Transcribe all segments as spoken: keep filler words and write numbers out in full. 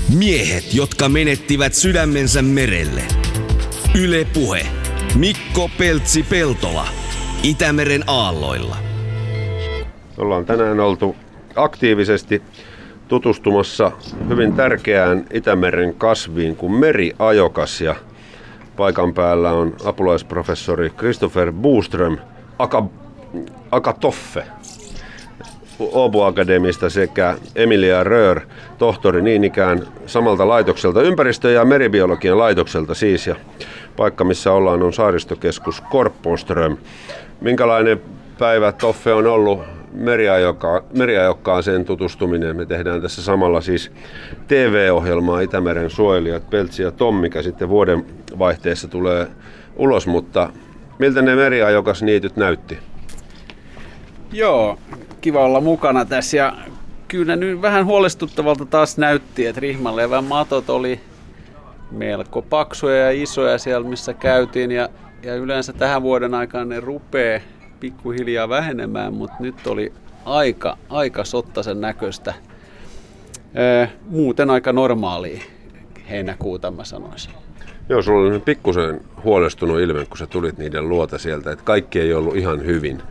Miehet, jotka menettivät sydämensä merelle. Yle Puhe. Mikko Peltsi-Peltola. Itämeren aalloilla. Ollaan tänään oltu aktiivisesti tutustumassa hyvin tärkeään Itämeren kasviin kuin meriajokas. Ja paikan päällä on apulaisprofessori Christopher Boström Aka, Akatoffe Åbo Akademista sekä Emilia Röör, tohtori niin ikään samalta laitokselta, ympäristö- ja meribiologian laitokselta siis. Ja paikka, missä ollaan, on saaristokeskus Korpoström. Minkälainen päivä, Toffe, on ollut meriajokkaaseen tutustuminen? Me tehdään tässä samalla siis T V-ohjelmaa Itämeren suojelijat Peltsi ja Tom, mikä sitten vuoden vaihteessa tulee ulos, mutta miltä ne meriajokasniityt näytti? Joo, kiva olla mukana tässä ja kyllä nyt vähän huolestuttavalta taas näytti, että rihmanlevän matot oli melko paksuja ja isoja siellä, missä käytiin ja, ja yleensä tähän vuoden aikaan ne rupeaa pikkuhiljaa vähenemään, mutta nyt oli aika, aika sottaisen näköistä. Ee, muuten aika normaalia heinäkuuta, mä sanoisin. Joo, sulla oli pikkusen huolestunut ilme, kun sä tulit niiden luota sieltä, että kaikki ei ollut ihan hyvin.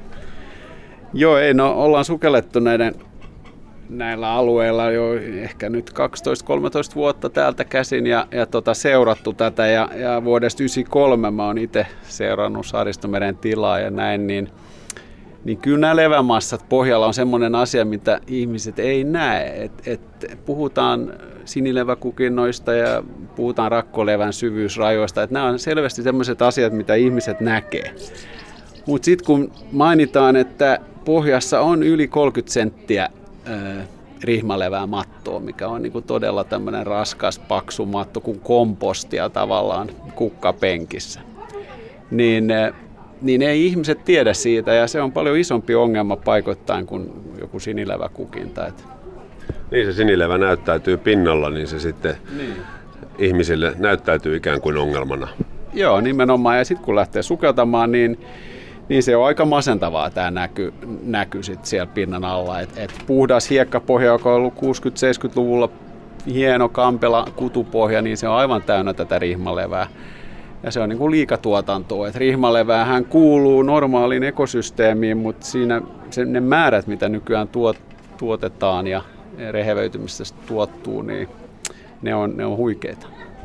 Joo, ei, no ollaan sukellettu näiden, näillä alueilla jo ehkä nyt kaksitoista kolmetoista vuotta täältä käsin ja, ja tota, seurattu tätä ja, ja vuodesta yhdeksänkymmentäkolme mä oon itse seurannut Saaristomeren tilaa ja näin, niin, niin kyllä nämä levämassat pohjalla on semmoinen asia, mitä ihmiset ei näe. Et, et puhutaan sinileväkukinnoista ja puhutaan rakkolevän syvyysrajoista, että nämä on selvästi sellaiset asiat, mitä ihmiset näkee. Mutta sitten kun mainitaan, että pohjassa on yli kolmekymmentä senttiä äh, rihmalevää mattoa, mikä on niinku todella tämmöinen raskas, paksu matto kuin kompostia tavallaan kukkapenkissä, niin, äh, niin ei ihmiset tiedä siitä ja se on paljon isompi ongelma paikoittain kuin joku sinileväkukinta. Et. Niin, se sinilevä näyttäytyy pinnalla, niin se sitten niin ihmisille näyttäytyy ikään kuin ongelmana. Joo, nimenomaan. Ja sitten kun lähtee sukeltamaan, niin Niin se on aika masentavaa tämä näky, näky sit siellä pinnan alla. Et, et puhdas hiekkapohja, joka on ollut kuusikymmentä-seitsemänkymmentäluvulla hieno kampela kutupohja, niin se on aivan täynnä tätä rihmalevää. Ja se on niin kuin liikatuotantoa. Et rihmaleväähän kuuluu normaaliin ekosysteemiin, mutta siinä se, ne määrät, mitä nykyään tuot, tuotetaan ja rehevöitymisestä tuottuu, niin ne on, ne on huikeita.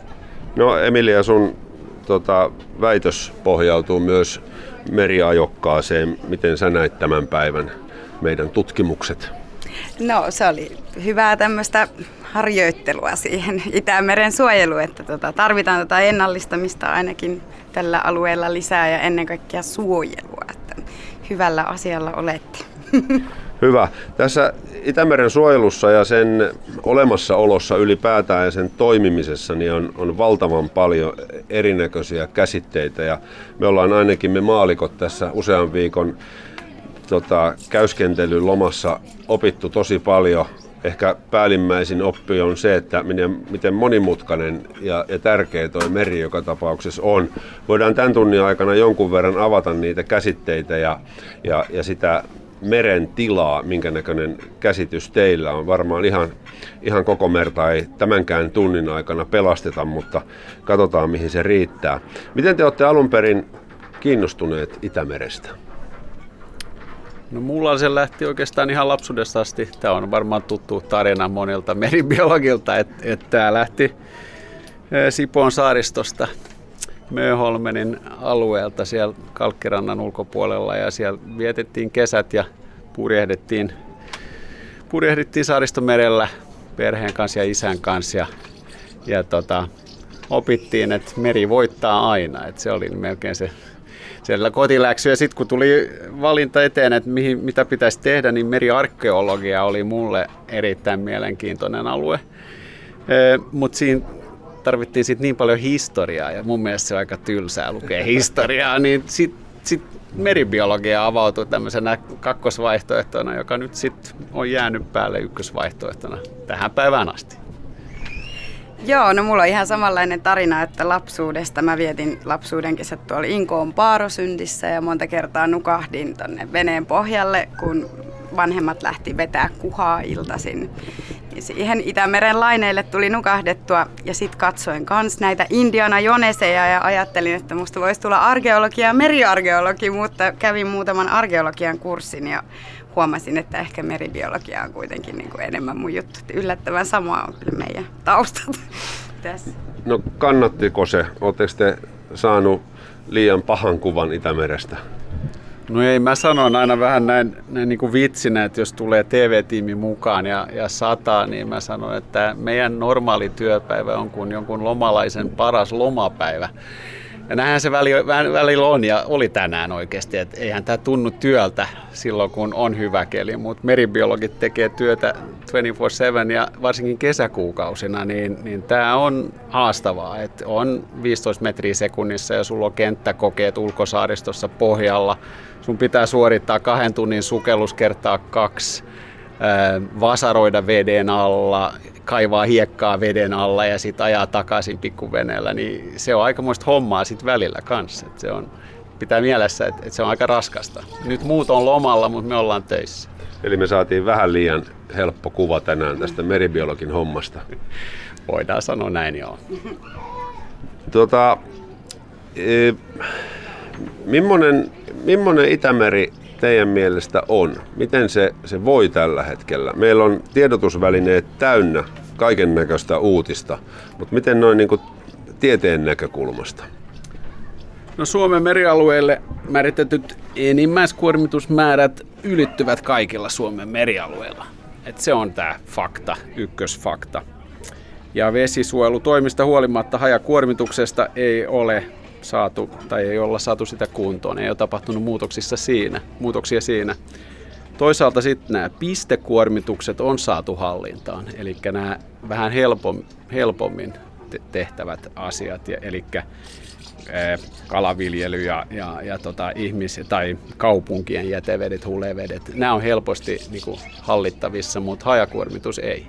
No Emilia, sun tota, väitös pohjautuu myös meriajokkaaseen. Miten sä näit tämän päivän meidän tutkimukset? No se oli hyvää tämmöistä harjoittelua siihen Itämeren suojeluun, että tota, tarvitaan tätä ennallistamista ainakin tällä alueella lisää ja ennen kaikkea suojelua, että hyvällä asialla olette. Hyvä. Tässä Itämeren suojelussa ja sen olemassaolossa ylipäätään ja sen toimimisessa niin on, on valtavan paljon erinäköisiä käsitteitä ja me ollaan ainakin me maalikot tässä usean viikon tota, käyskentelyn lomassa opittu tosi paljon. Ehkä päällimmäisin oppi on se, että miten, miten monimutkainen ja, ja tärkeä tuo meri joka tapauksessa on. Voidaan tämän tunnin aikana jonkun verran avata niitä käsitteitä ja, ja, ja sitä meren tilaa, minkä näköinen käsitys teillä on. Varmaan ihan, ihan koko merta ei tämänkään tunnin aikana pelasteta, mutta katsotaan mihin se riittää. Miten te olette alun perin kiinnostuneet Itämerestä? No mulla se lähti oikeastaan ihan lapsuudesta asti. Tämä on varmaan tuttu tarina monilta meribiologilta, että et tämä lähti Sipoon saaristosta Möholmenin alueelta siellä Kalkkirannan ulkopuolella ja siellä vietettiin kesät ja purjehdittiin, purjehdittiin Saaristomerellä perheen kanssa ja isän kanssa ja, ja tota, opittiin, että meri voittaa aina, että se oli melkein se siellä kotiläksy ja sitten kun tuli valinta eteen, että mihin, mitä pitäisi tehdä, niin meriarkeologia oli mulle erittäin mielenkiintoinen alue, e, mutta siinä tarvittiin sitten niin paljon historiaa ja mun mielestä se on aika tylsää lukea historiaa, niin sitten sit meribiologia avautui tämmöisenä kakkosvaihtoehtona, joka nyt sitten on jäänyt päälle ykkösvaihtoehtona tähän päivään asti. Joo, no mulla on ihan samanlainen tarina, että lapsuudesta mä vietin lapsuuden kesät tuolla Inkoon Paarosyntissä ja monta kertaa nukahdin tonne veneen pohjalle, kun vanhemmat lähti vetää kuhaa iltaisin. niin siihen Itämeren laineille tuli nukahdettua ja sitten katsoin kans näitä Indiana Joneseja ja ajattelin, että musta voisi tulla arkeologia ja meriarkeologi, mutta kävin muutaman arkeologian kurssin ja huomasin, että ehkä meribiologia on kuitenkin niin kuin enemmän mun juttu. Yllättävän sama on kyllä meidän taustat tässä. No kannattiko se? Oletteko te saanut liian pahan kuvan Itämerestä? No ei, mä sanon aina vähän näin, näin niin kuin vitsinä, että jos tulee T V-tiimi mukaan ja, ja sataa, niin mä sanon, että meidän normaali työpäivä on kuin jonkun lomalaisen paras lomapäivä. Ja näinhän se välillä on ja oli tänään oikeasti, että eihän tämä tunnu työltä silloin, kun on hyvä keli, mutta meribiologit tekee työtä kaksikymmentäneljä seitsemän ja varsinkin kesäkuukausina, niin, niin tämä on haastavaa, että on viisitoista metriä sekunnissa ja sulla on kenttäkokeet ulkosaaristossa pohjalla, sun pitää suorittaa kahden tunnin sukellus kertaa kaksi, vasaroida veden alla, kaivaa hiekkaa veden alla ja sitten ajaa takaisin pikkuveneellä, niin se on aikamoista hommaa sitten välillä kanssa. Et se on, pitää mielessä, että et se on aika raskasta. Nyt muut on lomalla, mutta me ollaan töissä. Eli me saatiin vähän liian helppo kuva tänään tästä meribiologin hommasta. Voidaan sanoa näin, joo. Tuota, e, millainen, millainen Itämeri teidän mielestä on? Miten se, se voi tällä hetkellä? Meillä on tiedotusvälineet täynnä kaiken näköistä uutista, mutta miten noin niin kuin tieteen näkökulmasta? No Suomen merialueelle määritetyt enimmäiskuormitusmäärät ylittyvät kaikilla Suomen merialueilla. Et se on tämä fakta, ykkösfakta. Ja vesisuojelutoimista huolimatta hajakuormituksesta ei ole saatu tai ei olla saatu sitä kuntoon, ei ole tapahtunut muutoksissa siinä, muutoksia siinä. Toisaalta sitten nämä pistekuormitukset on saatu hallintaan, eli nämä vähän helpommin, helpommin tehtävät asiat, eli kalaviljely ja, ja, ja tota, ihmis- tai kaupunkien jätevedet, hulevedet, nämä on helposti niin kuin hallittavissa, mutta hajakuormitus ei.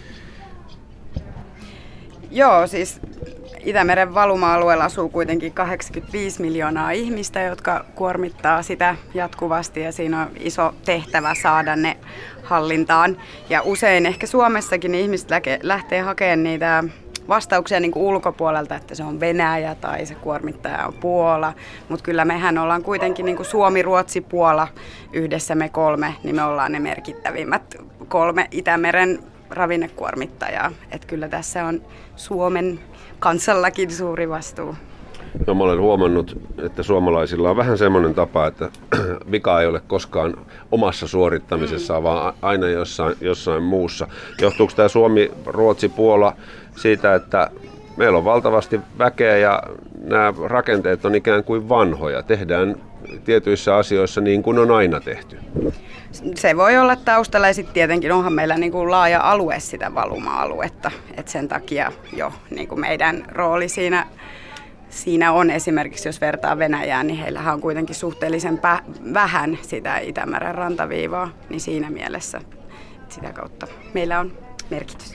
Joo, siis Itämeren valuma-alueella asuu kuitenkin kahdeksankymmentäviisi miljoonaa ihmistä, jotka kuormittaa sitä jatkuvasti ja siinä on iso tehtävä saada ne hallintaan. Ja usein ehkä Suomessakin ihmiset lähtee hakemaan niitä vastauksia niin kuin ulkopuolelta, että se on Venäjä tai se kuormittaja on Puola, mutta kyllä mehän ollaan kuitenkin niin kuin Suomi, Ruotsi, Puola yhdessä me kolme, niin me ollaan ne merkittävimmät kolme Itämeren ravinnekuormittajaa. Että kyllä tässä on Suomen kansallakin suuri vastuu. No, mä olen huomannut, että suomalaisilla on vähän semmoinen tapa, että vika ei ole koskaan omassa suorittamisessaan, vaan aina jossain, jossain muussa. Johtuuko tämä Suomi, Ruotsi, Puola siitä, että meillä on valtavasti väkeä ja nämä rakenteet on ikään kuin vanhoja. Tehdään tietyissä asioissa niin kuin on aina tehty. Se voi olla taustalla ja sitten tietenkin onhan meillä niin kuin laaja alue sitä valuma-aluetta. Et sen takia jo niin kuin meidän rooli siinä Siinä on esimerkiksi, jos vertaa Venäjään, niin heillähän on kuitenkin suhteellisen pä- vähän sitä Itämeren rantaviivaa, niin siinä mielessä sitä kautta meillä on merkitys.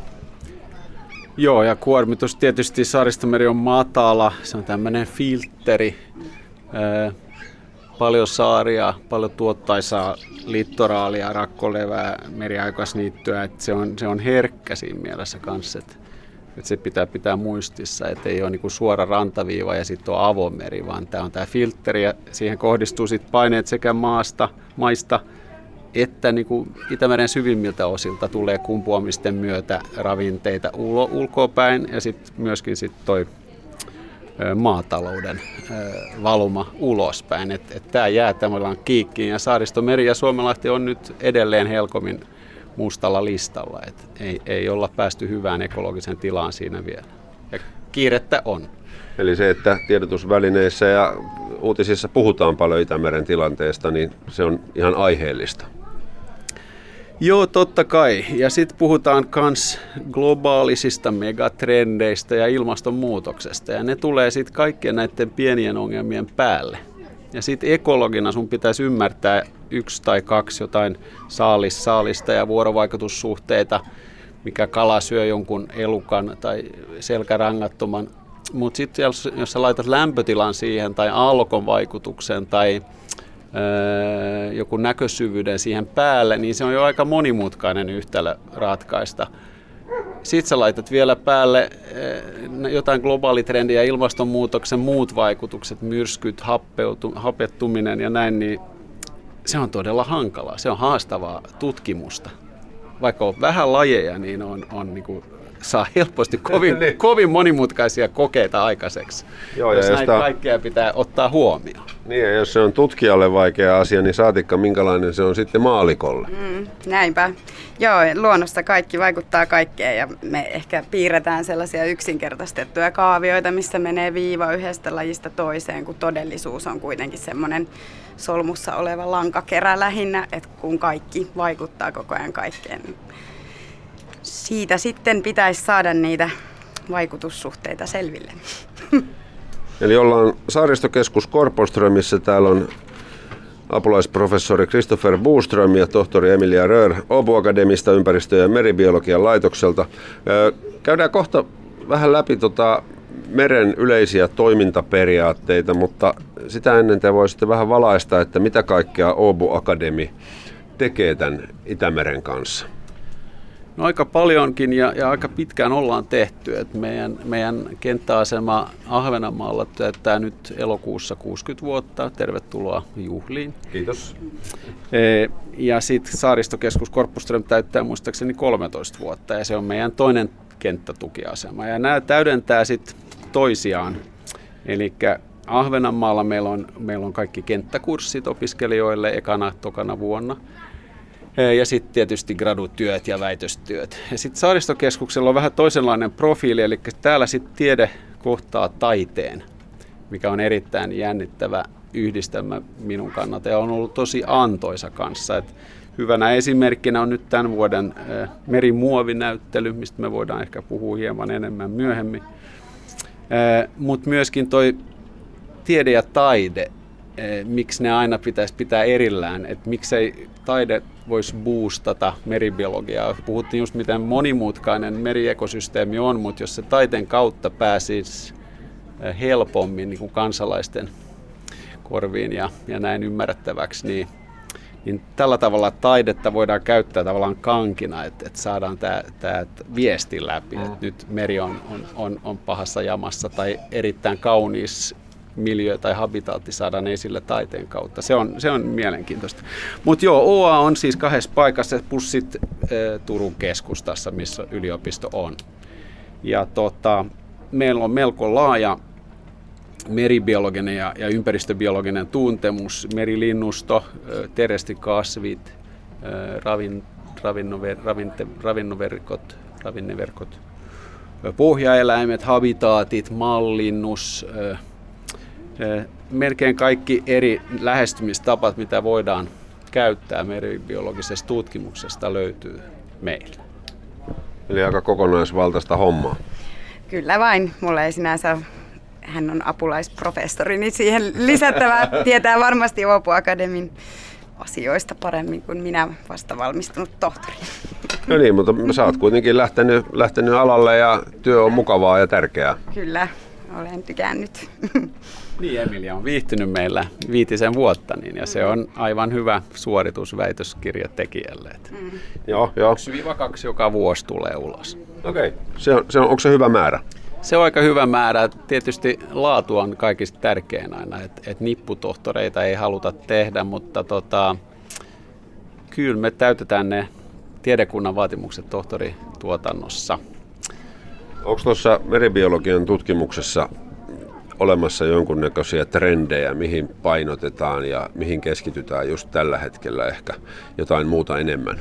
Joo, ja kuormitus tietysti Saaristomeri on matala, se on tämmöinen filtteri, Ee, paljon saaria, paljon tuottaisaa littoraalia, rakkolevää, meriaikaisniittyä, että se on, se on herkkä siinä mielessä kanssa. Että se pitää pitää muistissa, että ei ole niinku suora rantaviiva ja sitten on avomeri, vaan tämä on tämä filtteri ja siihen kohdistuu sit paineet sekä maasta, maista että niinku Itämeren syvimmiltä osilta tulee kumpuamisten myötä ravinteita ulo, ulkoapäin ja sitten myöskin sit toi ö, maatalouden ö, valuma ulospäin. Että et tämä jää tavallaan kiikkiin ja Saaristomeri ja Suomenlahti on nyt edelleen HELCOMin mustalla listalla, että ei, ei olla päästy hyvään ekologisen tilaan siinä vielä. Ja kiirettä on. Eli se, että tiedotusvälineissä ja uutisissa puhutaan paljon Itämeren tilanteesta, niin se on ihan aiheellista. Joo, totta kai. Ja sitten puhutaan myös globaalisista megatrendeistä ja ilmastonmuutoksesta. Ja ne tulee sitten kaikkien näiden pienien ongelmien päälle. Ja sitten ekologina sun pitäisi ymmärtää yksi tai kaksi jotain saalis, saalista ja vuorovaikutussuhteita, mikä kala syö jonkun elukan tai selkärangattoman. Mutta sitten jos, jos sä laitat lämpötilan siihen tai aallokon vaikutuksen tai joku näkösyvyyden siihen päälle, niin se on jo aika monimutkainen yhtälö ratkaista. Sitten sä laitat vielä päälle jotain globaalitrendiä, ilmastonmuutoksen muut vaikutukset, myrskyt, hapettuminen ja näin, niin se on todella hankalaa. Se on haastavaa tutkimusta. Vaikka on vähän lajeja, niin on, on niin kuin, saa helposti kovin, niin. kovin monimutkaisia kokeita aikaiseksi, Joo, jos näitä sitä... kaikkea pitää ottaa huomioon. Niin, ja jos se on tutkijalle vaikea asia, niin saatikka minkälainen se on sitten maalikolle. Mm, näinpä. Joo, luonnossa kaikki vaikuttaa kaikkeen ja me ehkä piirretään sellaisia yksinkertaistettuja kaavioita, missä menee viiva yhdestä lajista toiseen, kun todellisuus on kuitenkin semmoinen solmussa oleva lankakerä lähinnä, että kun kaikki vaikuttaa koko ajan kaikkeen. Siitä sitten pitäisi saada niitä vaikutussuhteita selville. Eli ollaan Saaristokeskus Korpoströmissä. Täällä on apulaisprofessori Christopher Boström ja tohtori Emilia Röhr Åbo Akademista ympäristö- ja meribiologian laitokselta. Käydään kohta vähän läpi tota meren yleisiä toimintaperiaatteita, mutta sitä ennen te voisitte vähän valaista, että mitä kaikkea Åbo Akademi tekee tämän Itämeren kanssa. No aika paljonkin ja, ja aika pitkään ollaan tehty. Et meidän, meidän kenttäasema Ahvenanmaalla täyttää nyt elokuussa kuusikymmentä vuotta. Tervetuloa juhliin. Kiitos. E, ja sitten Saaristokeskus Korpoström täyttää muistaakseni kolmetoista vuotta ja se on meidän toinen kenttätukiasema. Ja nämä täydentää sitten toisiaan. Eli Ahvenanmaalla meillä on, meillä on kaikki kenttäkurssit opiskelijoille ekana, tokana vuonna. Ja sitten tietysti gradutyöt ja väitöstyöt. Ja sitten Saaristokeskuksella on vähän toisenlainen profiili, eli täällä sitten tiede kohtaa taiteen, mikä on erittäin jännittävä yhdistelmä minun kannalta ja on ollut tosi antoisa kanssa. Et hyvänä esimerkkinä on nyt tämän vuoden merimuovinäyttely, mistä me voidaan ehkä puhua hieman enemmän myöhemmin. Mutta myöskin toi tiede ja taide, miksi ne aina pitäisi pitää erillään, että miksei taide voisi boostata meribiologiaa. Puhuttiin just miten monimutkainen meriekosysteemi on, mutta jos se taiteen kautta pääsisi helpommin niin kuin kansalaisten korviin ja, ja näin ymmärrettäväksi, niin, niin tällä tavalla taidetta voidaan käyttää tavallaan kankina, että, että saadaan tämä, tämä viesti läpi, mm. että nyt meri on, on, on, on pahassa jamassa tai erittäin kaunis miljöö tai habitaatti saadaan esille taiteen kautta. Se on, se on mielenkiintoista. Mutta joo, O A on siis kahdessa paikassa plus sitten e, Turun keskustassa, missä yliopisto on. Ja tota, meillä on melko laaja meribiologinen ja, ja ympäristöbiologinen tuntemus, merilinnusto, e, terestikasvit, e, ravin, ravinnover, ravinte, ravinnoverkot, ravinneverkot, e, pohjaeläimet, habitaatit, mallinnus, e, melkein kaikki eri lähestymistapat, mitä voidaan käyttää meribiologisesta tutkimuksesta, löytyy meillä. Eli aika kokonaisvaltaista hommaa. Kyllä vain. Mulla ei sinänsä, hän on apulaisprofessori, niin siihen lisättävää tietää varmasti Åbo Akademin asioista paremmin kuin minä vasta valmistunut tohtori. No niin, mutta sä oot kuitenkin lähtenyt, lähtenyt alalle ja työ on mukavaa ja tärkeää. Kyllä, olen tykännyt. Niin, Emilia on viihtynyt meillä viitisen vuotta, niin, ja se on aivan hyvä suoritus väitöskirjatekijälle. Mm. Joo, joo. yksi kaksi joka vuosi tulee ulos. Okei. Okay. Se on, se on, onko se hyvä määrä? Se on aika hyvä määrä. Tietysti laatu on kaikista tärkein aina, että et nipputohtoreita ei haluta tehdä, mutta tota, kyllä me täytetään ne tiedekunnan vaatimukset tohtorituotannossa. Onko tuossa meribiologian tutkimuksessa olemassa jonkunnäköisiä trendejä, mihin painotetaan ja mihin keskitytään just tällä hetkellä, ehkä jotain muuta enemmän?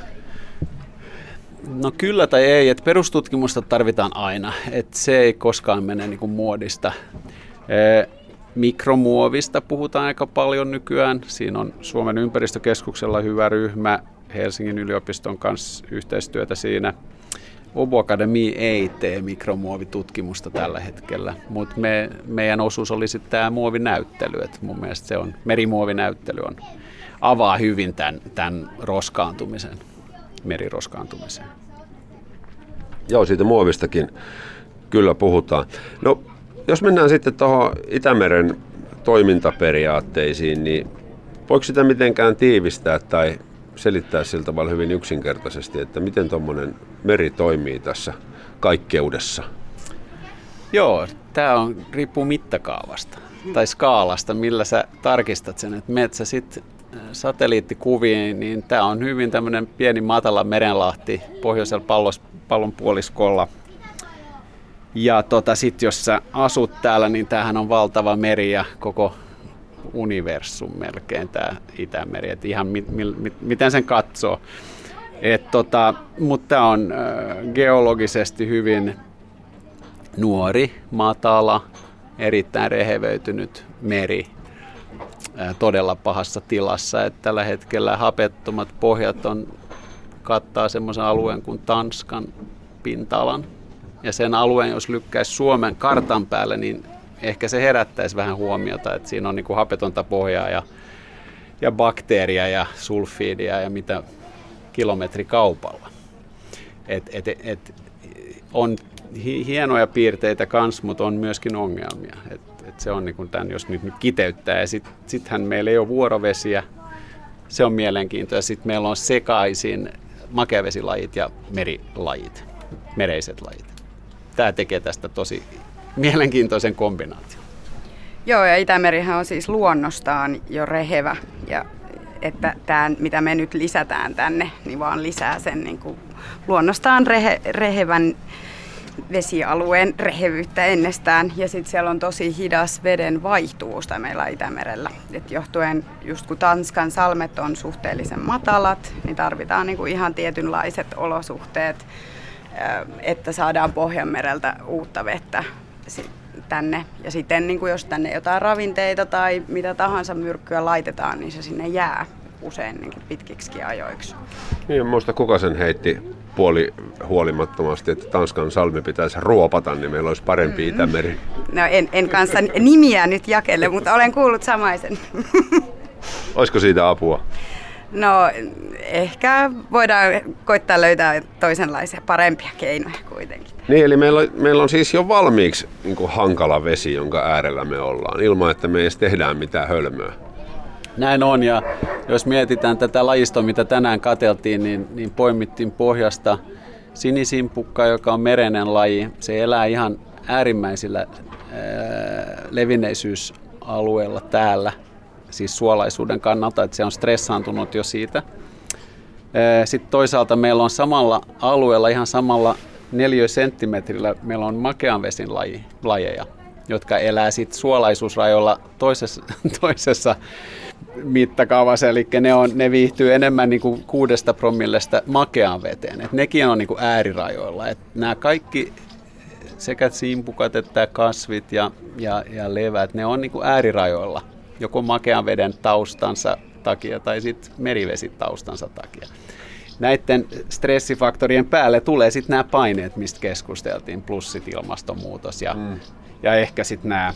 No kyllä tai ei, että perustutkimusta tarvitaan aina, että se ei koskaan mene niin kuin muodista. Mikromuovista puhutaan aika paljon nykyään. Siinä on Suomen ympäristökeskuksella hyvä ryhmä, Helsingin yliopiston kanssa yhteistyötä siinä. Åbo Akademi ei tee mikromuovitutkimusta tällä hetkellä, mutta me, meidän osuus oli sitten tämä muovinäyttely. Et mun mielestä se on, merimuovinäyttely on, avaa hyvin tämän, tämän roskaantumisen, meriroskaantumisen. Joo, siitä muovistakin kyllä puhutaan. No, jos mennään sitten tuohon Itämeren toimintaperiaatteisiin, niin Voiko sitä mitenkään tiivistää tai selittää sillä tavalla hyvin yksinkertaisesti, että miten tuommoinen meri toimii tässä kaikkeudessa? Joo, tämä on, riippuu mittakaavasta tai skaalasta, millä sä tarkistat sen. Että menet sä sitten satelliittikuviin, niin tämä on hyvin tämmöinen pieni matala merenlahti pohjoisella pallos, pallonpuoliskolla. Ja tota, sitten jos sä asut täällä, niin tämähän on valtava meri ja koko universum melkein tämä Itämeri, että ihan mit, mit, mit, miten sen katsoo. Tota, mutta tämä on äh, geologisesti hyvin nuori, matala, erittäin rehevöitynyt meri, äh, todella pahassa tilassa. Et tällä hetkellä hapettomat pohjat on, kattaa semmoisen alueen kuin Tanskan pinta-alan. Ja sen alueen, jos lykkäisi Suomen kartan päälle, niin ehkä se herättäisi vähän huomiota, että siinä on niin kuin hapetonta pohjaa ja, ja bakteeria ja sulfiidia ja mitä kilometrikaupalla. Et, et, et, on hienoja piirteitä kans, mutta on myöskin ongelmia. Et, et se on niin kuin tämän, jos nyt, nyt kiteyttää. Ja sitten sittenhän meillä ei ole vuorovesiä. Se on mielenkiintoista. Sitten meillä on sekaisin makeavesilajit ja merilajit, mereiset lajit. Tämä tekee tästä tosi mielenkiintoisen kombinaation. Joo, ja Itämerihän on siis luonnostaan jo rehevä, ja että tämä, mitä me nyt lisätään tänne, niin vaan lisää sen niin kuin luonnostaan rehe, rehevän vesialueen rehevyyttä ennestään. Ja sitten siellä on tosi hidas veden vaihtuvuus meillä Itämerellä. Et johtuen, just kun Tanskan salmet on suhteellisen matalat, niin tarvitaan niin kuin ihan tietynlaiset olosuhteet, että saadaan Pohjanmereltä uutta vettä tänne. Ja sitten niin kuin jos tänne jotain ravinteita tai mitä tahansa myrkkyä laitetaan, niin se sinne jää usein niin pitkiksi ajoiksi. Niin, muista kuka sen heitti puoli huolimattomasti, että Tanskan salmi pitäisi ruopata, niin meillä olisi parempi mm. Itämeri. No en, en kanssa nimiä nyt jakelle, mutta olen kuullut samaisen. Olisiko siitä apua? No ehkä voidaan koittaa löytää toisenlaisia parempia keinoja kuitenkin. Niin, eli meillä on, meillä on siis jo valmiiksi niin kuin hankala vesi, jonka äärellä me ollaan, ilman että me edes tehdään mitään hölmöä. Näin on, ja jos mietitään tätä lajistoa, mitä tänään katseltiin, niin, niin poimittiin pohjasta sinisimpukka, joka on merenen laji. Se elää ihan äärimmäisillä ää, levinneisyysalueilla täällä, siis suolaisuuden kannalta, että se on stressaantunut jo siitä. Sitten toisaalta meillä on samalla alueella, ihan samalla neliösenttimetrillä, meillä on makeanvesin laji, lajeja, jotka elää sitten suolaisuusrajoilla toisessa, toisessa mittakaavassa, eli ne, on, ne viihtyy enemmän niin kuin kuudesta promillesta makeaan veteen. Et nekin on niin kuin äärirajoilla. Et nämä kaikki, sekä simpukat että kasvit ja, ja, ja levät, ne on niin kuin äärirajoilla, joko makean veden taustansa takia tai sitten merivesitaustansa takia. Näiden stressifaktorien päälle tulee sitten nämä paineet, mistä keskusteltiin, plus sit ilmastonmuutos ja, mm. ja ehkä sitten nämä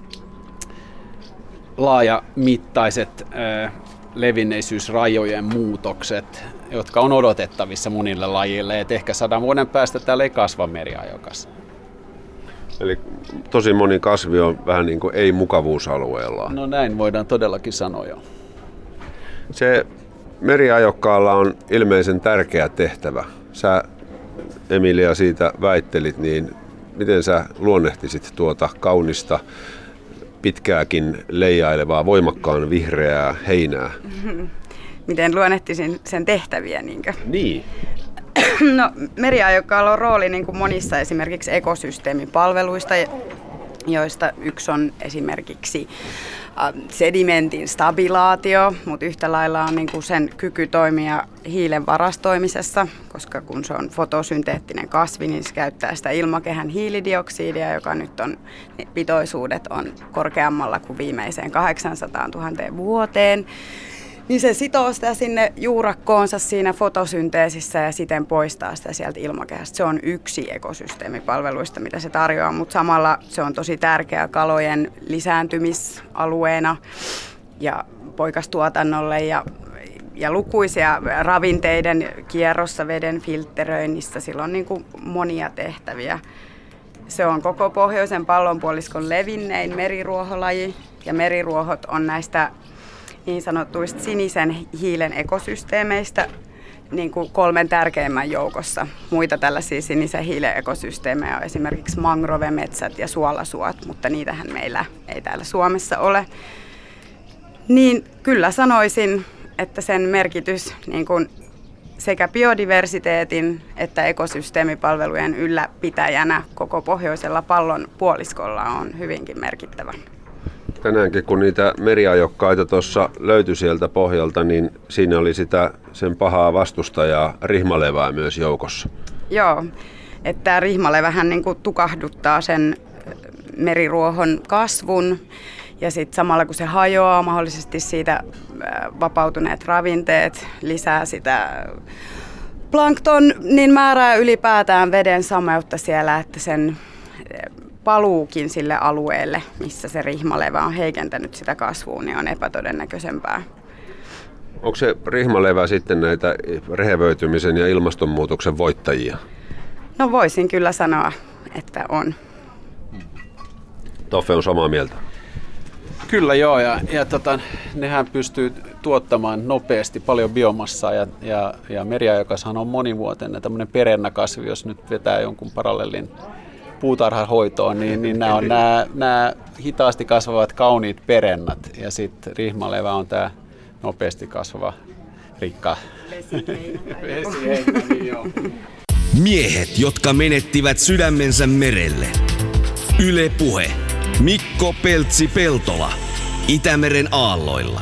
laajamittaiset äh, levinneisyysrajojen muutokset, jotka on odotettavissa monille lajille, että ehkä sadan vuoden päästä täällä ei kasva meriajokas. Eli tosi moni kasvi on vähän niin kuin ei-mukavuusalueella. No näin voidaan todellakin sanoa jo. Se meriajokkaalla on ilmeisen tärkeä tehtävä. Sä, Emilia, siitä väittelit, niin miten sä luonnehtisit tuota kaunista, pitkääkin leijailevaa, voimakkaan vihreää heinää? Miten luonnehtisin sen tehtäviä? Niinkö? Niin. No, meriajokkaalla on rooli niin kuin monissa esimerkiksi ekosysteemipalveluista, joista yksi on esimerkiksi sedimentin stabilaatio, mutta yhtä lailla on niin kuin sen kyky toimia hiilen varastoimisessa, koska kun se on fotosynteettinen kasvi, niin se käyttää sitä ilmakehän hiilidioksidia, joka nyt on, pitoisuudet on korkeammalla kuin viimeiseen kahdeksansataatuhatta vuoteen. Niin se sitoo sitä sinne juurakkoonsa siinä fotosynteesissä ja siten poistaa sitä sieltä ilmakehästä. Se on yksi ekosysteemipalveluista, mitä se tarjoaa, mutta samalla se on tosi tärkeä kalojen lisääntymisalueena ja poikastuotannolle ja, ja lukuisia ravinteiden kierrossa, veden filtteröinnissä. Sillä on niin kuin monia tehtäviä. Se on koko pohjoisen pallonpuoliskon levinnein meriruoholaji ja meriruohot on näistä niin sanotuista sinisen hiilen ekosysteemeistä niin kuin kolmen tärkeimmän joukossa. Muita tällaisia sinisen hiilen ekosysteemejä on esimerkiksi mangrovemetsät ja suolasuot, mutta niitähän meillä ei täällä Suomessa ole. Niin kyllä sanoisin, että sen merkitys niin kuin sekä biodiversiteetin että ekosysteemipalvelujen ylläpitäjänä koko pohjoisella pallon puoliskolla on hyvinkin merkittävä. Tänäänkin kun niitä meriajokkaita tuossa löytyi sieltä pohjalta, niin siinä oli sitä sen pahaa vastustajaa rihmalevää myös joukossa. Joo, että tämä rihmalevähän niin kuin tukahduttaa sen meriruohon kasvun ja sitten samalla kun se hajoaa, mahdollisesti siitä vapautuneet ravinteet lisää sitä planktonin määrää ylipäätään veden sameutta siellä, että sen paluukin sille alueelle, missä se rihmalevä on heikentänyt sitä kasvua, niin on epätodennäköisempää. Onko se rihmalevä sitten näitä rehevöitymisen ja ilmastonmuutoksen voittajia? No voisin kyllä sanoa, että on. Toffe on samaa mieltä. Kyllä joo, ja, ja tota, nehän pystyy tuottamaan nopeasti paljon biomassaa, ja, ja, ja meriajokashan on monivuotinen tämmöinen perennäkasvi, jos nyt vetää jonkun parallelin puutarhahoitoon, niin, niin nämä on nämä, nämä hitaasti kasvavat kauniit perennät, ja sitten rihmalevä on tämä nopeasti kasvava rikka vesiheinä. Niin joo. Miehet, jotka menettivät sydämensä merelle. Yle Puhe. Mikko Peltsi-Peltola. Itämeren aalloilla.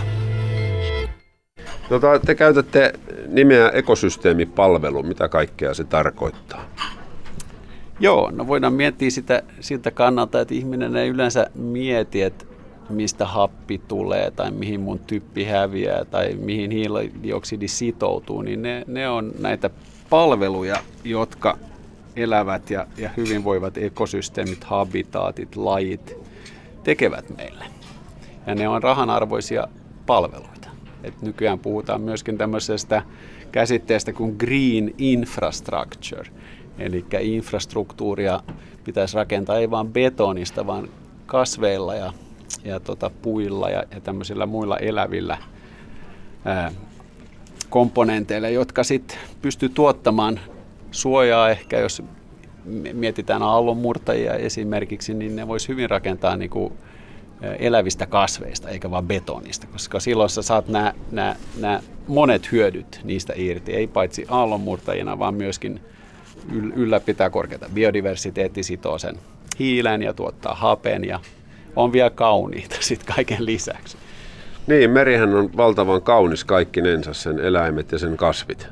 Tota, te käytätte nimeä ekosysteemipalvelu. Mitä kaikkea se tarkoittaa? Joo, no voidaan miettiä sitä siltä kannalta, että ihminen ei yleensä mieti, että mistä happi tulee tai mihin mun typpi häviää tai mihin hiilidioksidi sitoutuu, niin ne, ne on näitä palveluja, jotka elävät ja, ja hyvinvoivat ekosysteemit, habitaatit, lajit tekevät meille. Ja ne on rahanarvoisia palveluita. Et nykyään puhutaan myöskin tämmöisestä käsitteestä kuin green infrastructure. Eli infrastruktuuria pitäisi rakentaa ei vain betonista, vaan kasveilla ja, ja tota, puilla ja, ja tämmöisillä muilla elävillä ää, komponenteilla, jotka sitten pystyy tuottamaan suojaa ehkä, jos mietitään aallonmurtajia esimerkiksi, niin ne voisi hyvin rakentaa niin kuin elävistä kasveista eikä vaan betonista, koska silloin sä saat nämä, nämä, nämä monet hyödyt niistä irti, ei paitsi aallonmurtajina, vaan myöskin ylläpitää korkeata biodiversiteetti, sitoo sen hiilen ja tuottaa hapen ja on vielä kauniita sitten kaiken lisäksi. Niin, merihän on valtavan kaunis kaikkinensa, sen eläimet ja sen kasvit.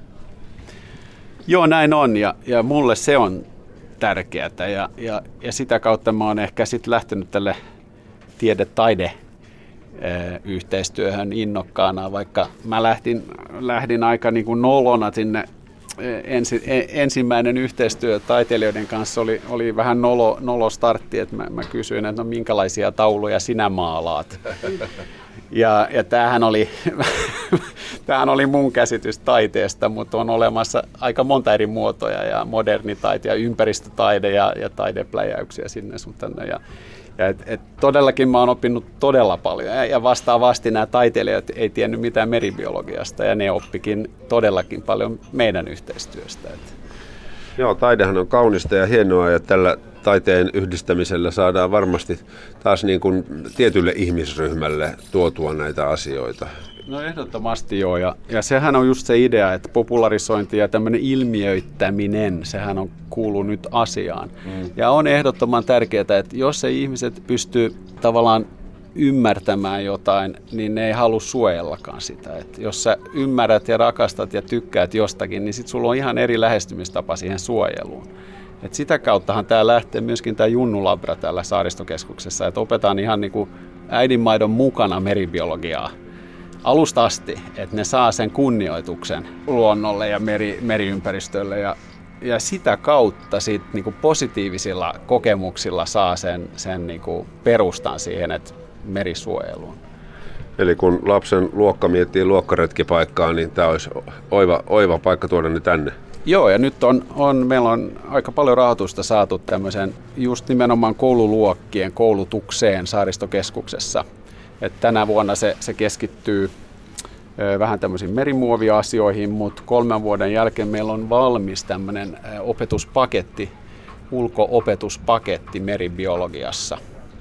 Joo, näin on ja, ja mulle se on tärkeää ja, ja, ja sitä kautta mä oon ehkä sitten lähtenyt tälle tiede-taide yhteistyöhön innokkaana, vaikka mä lähdin, lähdin aika niin kuin nolona sinne. Ensi, ensimmäinen yhteistyö taiteilijoiden kanssa oli, oli vähän nolo, nolo startti, että mä, mä kysyin, että no minkälaisia tauluja sinä maalaat. Ja, ja tämähän, oli, tämähän oli mun käsitys taiteesta, mutta on olemassa aika monta eri muotoja ja moderni taite ja ympäristötaide ja, ja taidepläjäyksiä sinne sun tänne. Ja, ja et, et todellakin mä oon oppinut todella paljon ja, ja vastaavasti nämä taiteilijat ei tiennyt mitään meribiologiasta ja ne oppikin todellakin paljon meidän yhteistyöstä. Et. Joo, taidehan on kaunista ja hienoa ja tällä taiteen yhdistämisellä saadaan varmasti taas niin kuin tietylle ihmisryhmälle tuotua näitä asioita. No ehdottomasti joo, ja, ja sehän on just se idea, että popularisointi ja tämmöinen ilmiöittäminen, sehän on kuuluu nyt asiaan. Mm. Ja on ehdottoman tärkeää, että jos ei ihmiset pysty tavallaan ymmärtämään jotain, niin ne ei halua suojellakaan sitä. Et jos sä ymmärrät ja rakastat ja tykkäät jostakin, niin sit sulla on ihan eri lähestymistapa siihen suojeluun. Et sitä kauttahan tämä lähtee myöskin tämä Junnulabra täällä Saaristokeskuksessa, että opetaan ihan niin kuin äidinmaidon mukana meribiologiaa alusta asti, että ne saa sen kunnioituksen luonnolle ja meri, meriympäristölle ja, ja sitä kautta sit niin kuin positiivisilla kokemuksilla saa sen, sen niin kuin perustan siihen, että merisuojeluun. Eli kun lapsen luokka miettii luokkaretkipaikkaa, niin tämä olisi oiva, oiva paikka tuoda ne tänne. Joo, ja nyt on, on, meillä on aika paljon rahoitusta saatu tämmöisen just nimenomaan koululuokkien koulutukseen Saaristokeskuksessa. Et tänä vuonna se, se keskittyy ö, vähän tämmöisiin merimuoviasioihin, mutta kolmen vuoden jälkeen meillä on valmis tämmöinen opetuspaketti, ulko-opetuspaketti meribiologiassa.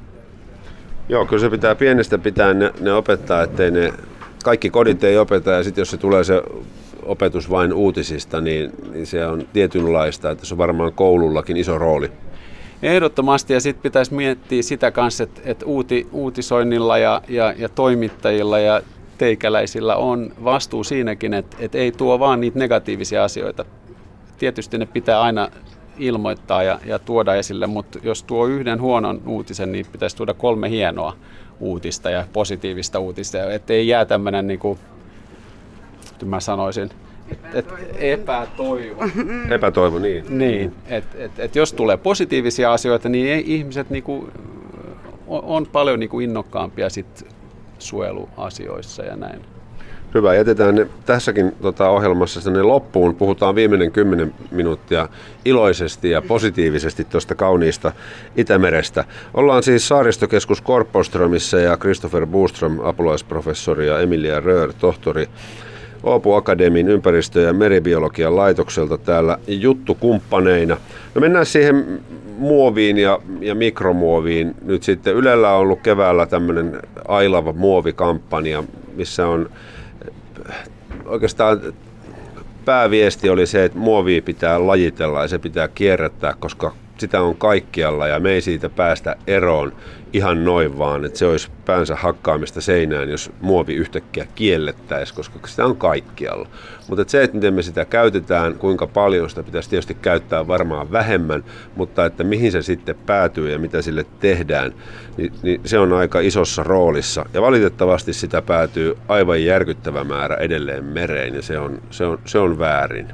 Joo, kyllä se pitää pienestä pitää ne, ne opettaa, ettei ne kaikki kodit ei opeta, ja sitten jos se tulee se opetus vain uutisista, niin, niin se on tietynlaista, että se on varmaan koulullakin iso rooli. Ehdottomasti, ja sitten pitäisi miettiä sitä kanssa, että, että uuti, uutisoinnilla ja, ja, ja toimittajilla ja teikäläisillä on vastuu siinäkin, että, että ei tuo vaan niitä negatiivisia asioita. Tietysti ne pitää aina ilmoittaa ja, ja tuoda esille, mutta jos tuo yhden huonon uutisen, niin pitäisi tuoda kolme hienoa uutista ja positiivista uutista, että ei jää tämmöinen, niin kuin mä sanoisin, et, et epätoivo. Epätoivo, niin. Niin, että et, et jos tulee positiivisia asioita, niin ei, ihmiset niinku, on, on paljon niinku innokkaampia sit suojeluasioissa ja näin. Hyvä, jätetään ne tässäkin tota, ohjelmassa sinne loppuun. Puhutaan viimeinen kymmenen minuuttia iloisesti ja positiivisesti tuosta kauniista Itämerestä. Ollaan siis Saaristokeskus Korpoströmissä ja Christopher Boström, apulaisprofessori, ja Emilia Röör, tohtori Åbo Akademin ympäristö- ja meribiologian laitokselta täällä juttukumppaneina. No mennään siihen muoviin ja, ja mikromuoviin. Nyt sitten Ylellä on ollut keväällä tämmöinen Ailava muovikampanja, missä on oikeastaan pääviesti oli se, että muovia pitää lajitella ja se pitää kierrättää, koska sitä on kaikkialla ja me ei siitä päästä eroon ihan noin vaan, että se olisi päänsä hakkaamista seinään, jos muovi yhtäkkiä kiellettäisiin, koska sitä on kaikkialla. Mutta se, että miten me sitä käytetään, kuinka paljon sitä pitäisi tietysti käyttää varmaan vähemmän, mutta että mihin se sitten päätyy ja mitä sille tehdään, niin, niin se on aika isossa roolissa. Ja valitettavasti sitä päätyy aivan järkyttävä määrä edelleen mereen ja se on, se on, se on väärin.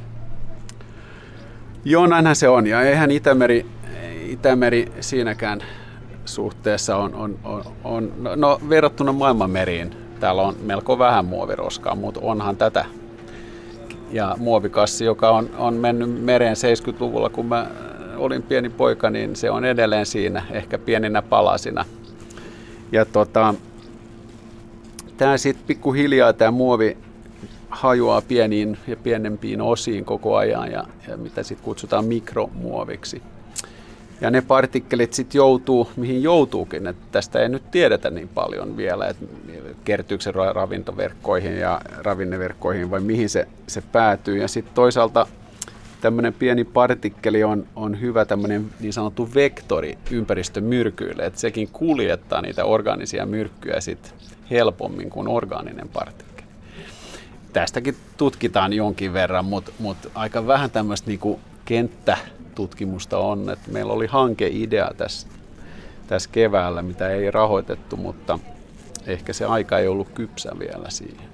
Joo, näinhän se on. Ja eihän Itämeri, Itämeri siinäkään suhteessa on, on, on, on no, verrattuna maailman meriin. Täällä on melko vähän muoviroskaa, mutta onhan tätä. Ja muovikassi, joka on, on mennyt mereen seitsemänkymmentäluvulla, kun mä olin pieni poika, niin se on edelleen siinä, ehkä pieninä palasina. Ja tota, tää sitten pikkuhiljaa tämä muovi hajoaa pieniin ja pienempiin osiin koko ajan, ja, ja mitä sitten kutsutaan mikromuoviksi. Ja ne partikkelit sitten joutuu, mihin joutuukin, että tästä ei nyt tiedetä niin paljon vielä, että kertyykö se ravintoverkkoihin ja ravinneverkkoihin vai mihin se, se päätyy. Ja sitten toisaalta tämmöinen pieni partikkeli on, on hyvä tämmöinen niin sanottu vektori ympäristömyrkyille, että sekin kuljettaa niitä orgaanisia myrkkyjä sitten helpommin kuin orgaaninen partikkeli. Tästäkin tutkitaan jonkin verran, mutta mut aika vähän tämmöistä niinku kenttätutkimusta on. Et meillä oli hankeidea tässä, tässä keväällä, mitä ei rahoitettu, mutta ehkä se aika ei ollut kypsä vielä siihen.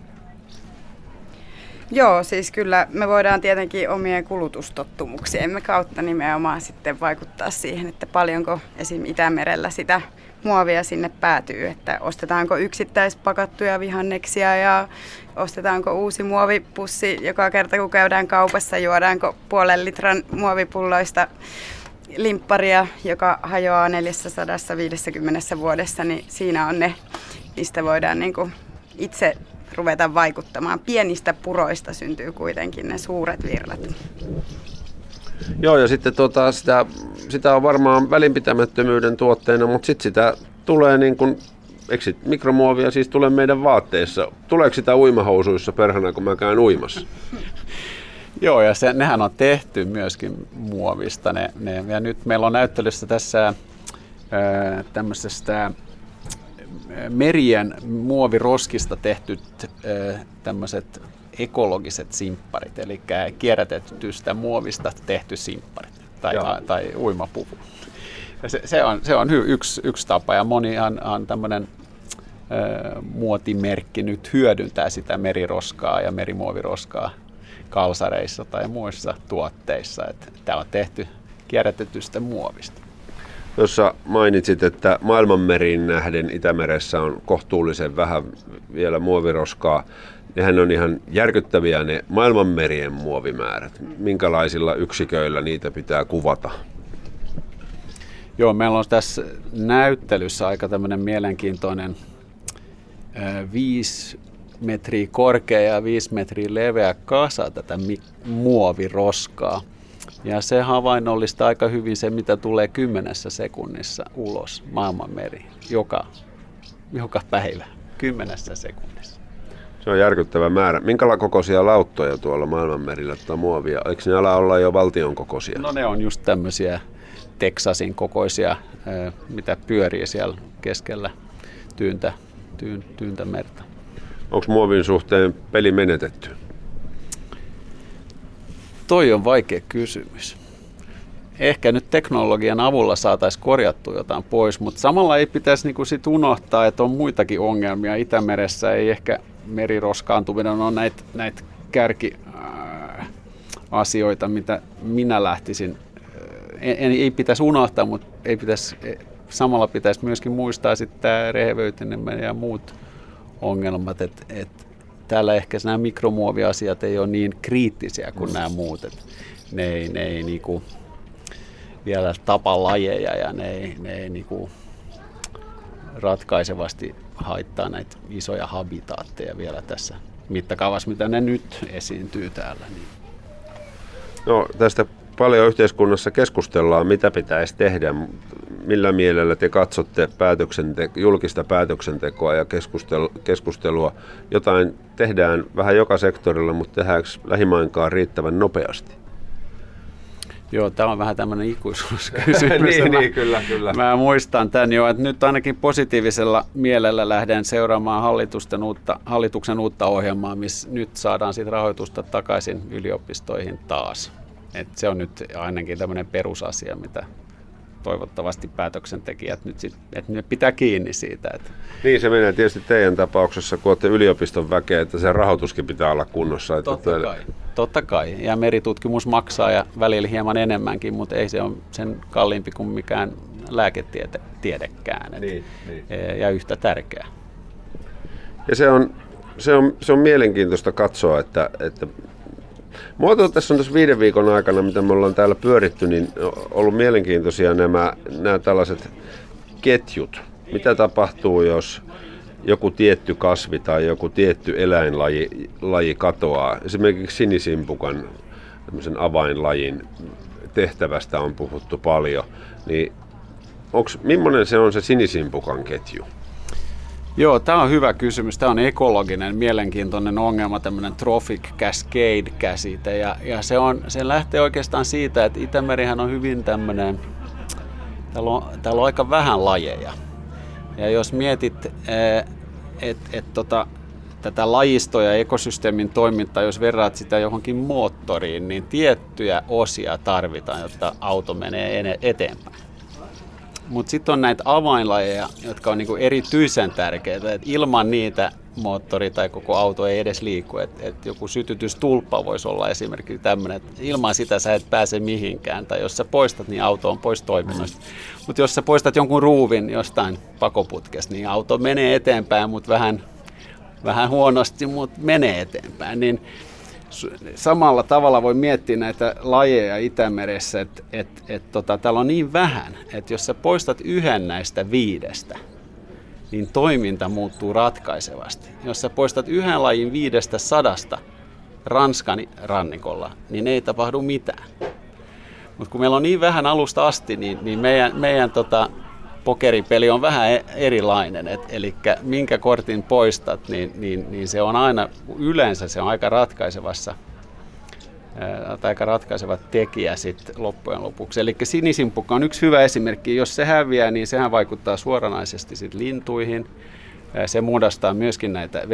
Joo, siis kyllä me voidaan tietenkin omien kulutustottumuksiemme kautta nimenomaan sitten vaikuttaa siihen, että paljonko esim. Itämerellä sitä muovia sinne päätyy, että ostetaanko yksittäispakattuja vihanneksia ja ostetaanko uusi muovipussi joka kerta kun käydään kaupassa, juodaanko puolen litran muovipulloista limpparia, joka hajoaa neljäsataaviisikymmentä vuodessa, niin siinä on ne, mistä voidaan niin kuin itse ruveta vaikuttamaan. Pienistä puroista syntyy kuitenkin ne suuret virrat. Joo, ja sitten tota, sitä, sitä on varmaan välinpitämättömyyden tuotteena, mutta sitten sitä tulee niin kuin, eikö sit mikromuovia siis tulee meidän vaatteissa. Tuleeko sitä uimahousuissa perhana, kun mä käyn uimassa? Joo, ja se, nehän on tehty myöskin muovista. Ne, ne, ja nyt meillä on näyttelyssä tässä ää, tämmöisestä merien muoviroskista tehtyt ää, tämmöiset ekologiset simpparit, eli kierrätetystä muovista tehty simpparit tai, tai uimapuvu. Ja se, se on, se on yksi, yksi tapa, ja monihan tämmöinen muotimerkki nyt hyödyntää sitä meriroskaa ja merimuoviroskaa kalsareissa tai muissa tuotteissa. Tämä on tehty kierrätetystä muovista. Tuossa mainitsit, että maailmanmeriin nähden Itämeressä on kohtuullisen vähän vielä muoviroskaa. Nehän on ihan järkyttäviä ne maailmanmerien muovimäärät. Minkälaisilla yksiköillä niitä pitää kuvata? Joo, meillä on tässä näyttelyssä aika tämmöinen mielenkiintoinen viisi metriä korkea ja viisi metriä leveä kasa tätä muoviroskaa. Ja se havainnollistaa aika hyvin se, mitä tulee kymmenessä sekunnissa ulos maailmanmeri joka, joka päivä, kymmenessä sekunnissa. Se on järkyttävä määrä. Minkälaisia kokoisia lauttoja tuolla maailmanmerillä tuota muovia? Eikö ne ala olla jo valtion kokoisia? No ne on just tämmöisiä Teksasin kokoisia, mitä pyörii siellä keskellä tyyntä, tyyn, tyyntä merta. Onko muovin suhteen peli menetetty? Toi on vaikea kysymys. Ehkä nyt teknologian avulla saataisiin korjattua jotain pois, mutta samalla ei pitäisi niinku sit unohtaa, että on muitakin ongelmia. Itämeressä ei ehkä meriroskaantuminen on näitä näit kärkiasioita, mitä minä lähtisin. En, ei pitäisi unohtaa, mutta ei pitäisi, samalla pitäisi myöskin muistaa sitten tämä rehevöityminen ja muut ongelmat. Et, et täällä ehkä nämä mikromuoviasiat ei ole niin kriittisiä kuin nämä muut. Et ne ei, ne ei niinku vielä tapa lajeja ja ne ei, ne ei niinku ratkaisevasti haittaa näitä isoja habitaatteja vielä tässä mittakaavassa, mitä ne nyt esiintyy täällä. Niin. No, tästä paljon yhteiskunnassa keskustellaan, mitä pitäisi tehdä. Millä mielellä te katsotte päätöksente- julkista päätöksentekoa ja keskustelua? Jotain tehdään vähän joka sektorilla, mutta tehdäänkö lähimainkaan riittävän nopeasti? Joo, tämä on vähän tämmöinen ikuisuuskysymys. niin, niin, kyllä, kyllä. Mä muistan tämän jo, että nyt ainakin positiivisella mielellä lähden seuraamaan hallitusten uutta, hallituksen uutta ohjelmaa, missä nyt saadaan sit rahoitusta takaisin yliopistoihin taas. Et se on nyt ainakin tämmöinen perusasia, mitä toivottavasti päätöksentekijät nyt sit, että ne pitää kiinni siitä. Että niin se menee tietysti teidän tapauksessa, kun olette yliopiston väkeä, että se rahoituskin pitää olla kunnossa. Että totta, kai, totta kai. Ja meritutkimus maksaa ja välillä hieman enemmänkin, mutta ei se ole sen kalliimpi kuin mikään lääketiedekään. Niin, niin. Ja yhtä tärkeä. Ja se on, se on, se on mielenkiintoista katsoa, että, että muotoa tässä on tässä viiden viikon aikana, mitä me ollaan täällä pyöritty, niin on ollut mielenkiintoisia nämä, nämä tällaiset ketjut. Mitä tapahtuu, jos joku tietty kasvi tai joku tietty eläinlaji laji katoaa? Esimerkiksi sinisimpukan tämmöisen avainlajin tehtävästä on puhuttu paljon. Niin onks, millainen se on se sinisimpukan ketju? Joo, tämä on hyvä kysymys. Tämä on ekologinen, mielenkiintoinen ongelma, tämmöinen trophic cascade-käsite. Ja, ja se, on, se lähtee oikeastaan siitä, että Itämerihän on hyvin tämmöinen, täällä on, täällä on aika vähän lajeja. Ja jos mietit että et, tota, tätä lajistoa ja ekosysteemin toimintaa, jos verraat sitä johonkin moottoriin, niin tiettyjä osia tarvitaan, jotta auto menee eteenpäin. Mutta sitten on näitä avainlajeja, jotka on niinku erityisen tärkeitä. Et ilman niitä moottori tai koko auto ei edes liiku. Et, et joku sytytystulppa voisi olla esimerkiksi tämmöinen, että ilman sitä sä et pääse mihinkään. Tai jos sä poistat, niin auto on pois toiminnasta. Mutta jos sä poistat jonkun ruuvin jostain pakoputkesta, niin auto menee eteenpäin, mutta vähän, vähän huonosti, mutta menee eteenpäin. Niin samalla tavalla voi miettiä näitä lajeja Itämeressä, että et, et, tota, täällä on niin vähän, että jos sä poistat yhden näistä viidestä, niin toiminta muuttuu ratkaisevasti. Jos sä poistat yhden lajin viidestä sadasta Ranskan rannikolla, niin ei tapahdu mitään. Mutta kun meillä on niin vähän alusta asti, niin, niin meidän, meidän tota, pokeripeli on vähän erilainen, eli minkä kortin poistat, niin, niin, niin se on aina, yleensä se on aika ratkaisevassa, ää, aika ratkaiseva tekijä sit loppujen lopuksi. Eli sinisimpukka on yksi hyvä esimerkki, jos se häviää, niin sehän vaikuttaa suoranaisesti sit lintuihin, ää, se muodostaa myöskin näitä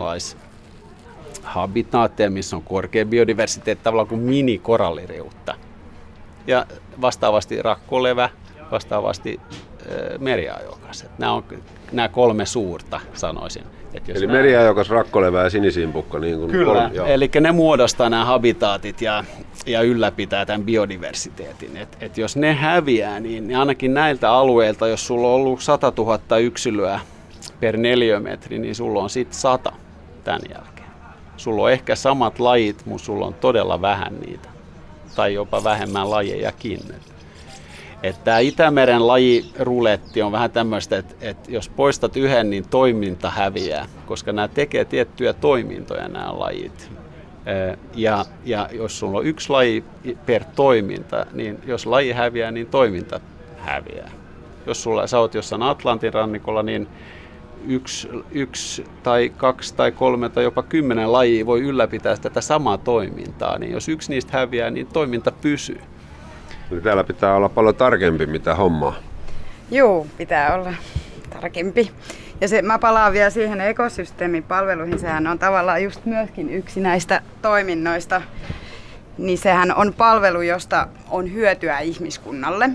vedenalaishabitaatteja, missä on korkea biodiversiteetti, tavallaan kuin mini-koralliriutta. Ja vastaavasti rakkolevä, vastaavasti meriajokas. Nämä on nämä kolme suurta, sanoisin. Että jos eli nämä... meriajokas, rakkolevä ja sinisimpukka. Niin kuin Kyllä, kolme, eli ne muodostaa nämä habitaatit ja, ja ylläpitää tämän biodiversiteetin. Et, et jos ne häviää, niin ainakin näiltä alueilta, jos sulla on ollut sata tuhatta yksilöä per neliömetri, niin sulla on sitten sata tämän jälkeen. Sulla on ehkä samat lajit, mutta sulla on todella vähän niitä. Tai jopa vähemmän lajejakin. Että tämä Itämeren lajiruletti on vähän tämmöistä, että, että jos poistat yhden, niin toiminta häviää, koska nämä tekee tiettyjä toimintoja nämä lajit. Ja, ja jos sulla on yksi laji per toiminta, niin jos laji häviää, niin toiminta häviää. Jos sulla, sä oot jossain Atlantin rannikolla, niin yksi, yksi tai kaksi tai kolme tai jopa kymmenen lajia voi ylläpitää tätä samaa toimintaa. Niin jos yksi niistä häviää, niin toiminta pysyy. Täällä pitää olla paljon tarkempi mitä hommaa. Joo, pitää olla tarkempi. Ja se, mä palaan vielä siihen ekosysteemipalveluihin. Sehän on tavallaan just myöskin yksi näistä toiminnoista. Niin sehän on palvelu, josta on hyötyä ihmiskunnalle.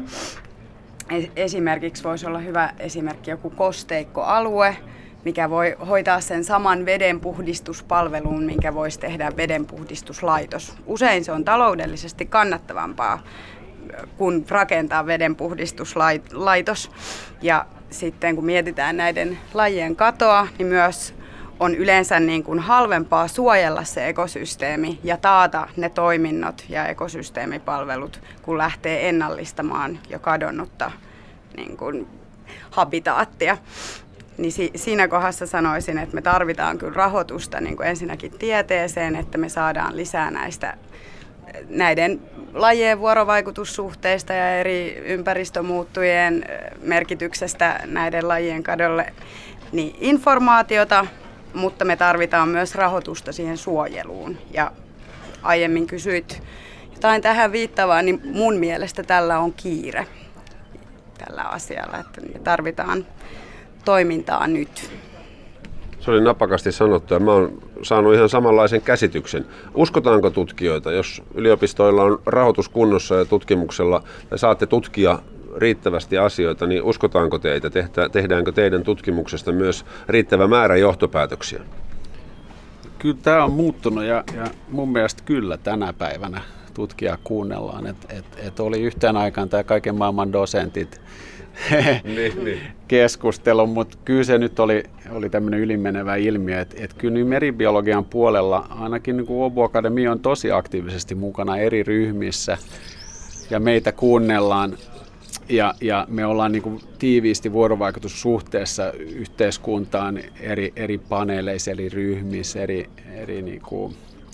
Esimerkiksi voisi olla hyvä esimerkki joku kosteikkoalue, mikä voi hoitaa sen saman vedenpuhdistuspalveluun, minkä voisi tehdä vedenpuhdistuslaitos. Usein se on taloudellisesti kannattavampaa kuin rakentaa vedenpuhdistuslaitos. Ja sitten kun mietitään näiden lajien katoa, niin myös on yleensä niin kuin halvempaa suojella se ekosysteemi ja taata ne toiminnot ja ekosysteemipalvelut, kun lähtee ennallistamaan jo kadonnutta niin kuin habitaattia. Niin si- siinä kohdassa sanoisin, että me tarvitaan kyllä rahoitusta niin kuin ensinnäkin tieteeseen, että me saadaan lisää näistä näiden lajien vuorovaikutussuhteista ja eri ympäristömuuttujien merkityksestä näiden lajien kadolle niin informaatiota, mutta me tarvitaan myös rahoitusta siihen suojeluun. Ja aiemmin kysyit jotain tähän viittavaa, niin mun mielestä tällä on kiire tällä asialla, että me tarvitaan toimintaa nyt. Se oli napakasti sanottu ja mä oon saanut ihan samanlaisen käsityksen. Uskotaanko tutkijoita, jos yliopistoilla on rahoitus kunnossa ja tutkimuksella tai saatte tutkia riittävästi asioita, niin uskotaanko teitä? Tehdäänkö teidän tutkimuksesta myös riittävä määrä johtopäätöksiä? Kyllä tämä on muuttunut ja, ja mun mielestä kyllä tänä päivänä tutkijaa kuunnellaan. Et, et, et oli yhteen aikaan tämä kaiken maailman dosentit niin, niin. keskustelu, mutta kyllä se nyt oli, oli tämmöinen ylimenevä ilmiö, että et kyllä niin meribiologian puolella ainakin niin kuin Åbo Akademia on tosi aktiivisesti mukana eri ryhmissä ja meitä kuunnellaan ja, ja me ollaan niin kuin tiiviisti vuorovaikutussuhteessa yhteiskuntaan eri, eri paneeleissa, eri ryhmissä, eri, eri niin kuin,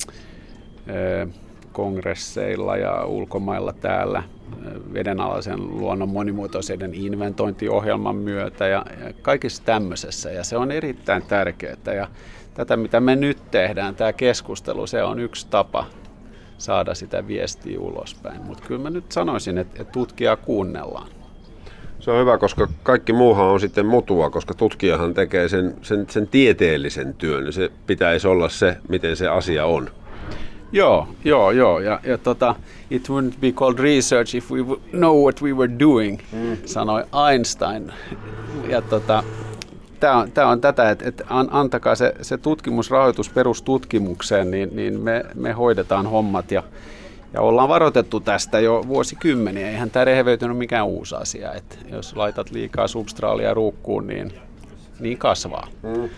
ö, kongresseilla ja ulkomailla täällä vedenalaisen luonnon monimuotoisuuden inventointiohjelman myötä ja, ja kaikissa tämmöisessä. Ja se on erittäin tärkeää. Ja tätä, mitä me nyt tehdään, tämä keskustelu, se on yksi tapa saada sitä viestiä ulospäin. Mutta kyllä mä nyt sanoisin, että, että tutkijaa kuunnellaan. Se on hyvä, koska kaikki muuhan on sitten mutua, koska tutkijahan tekee sen, sen, sen tieteellisen työn. Se pitäisi olla se, miten se asia on. Joo, joo, joo. Ja, ja tota, it wouldn't be called research if we would know what we were doing, mm. sanoi Einstein. Ja tota, tämä on, tää on tätä, että et antakaa se, se tutkimusrahoitus perustutkimukseen, niin, niin me, me hoidetaan hommat. Ja, ja ollaan varoitettu tästä jo vuosikymmeniä. Eihän tämä rehevöitynyt mikään uusi asia. Et jos laitat liikaa substraalia ruukkuun, niin, niin kasvaa. Mm.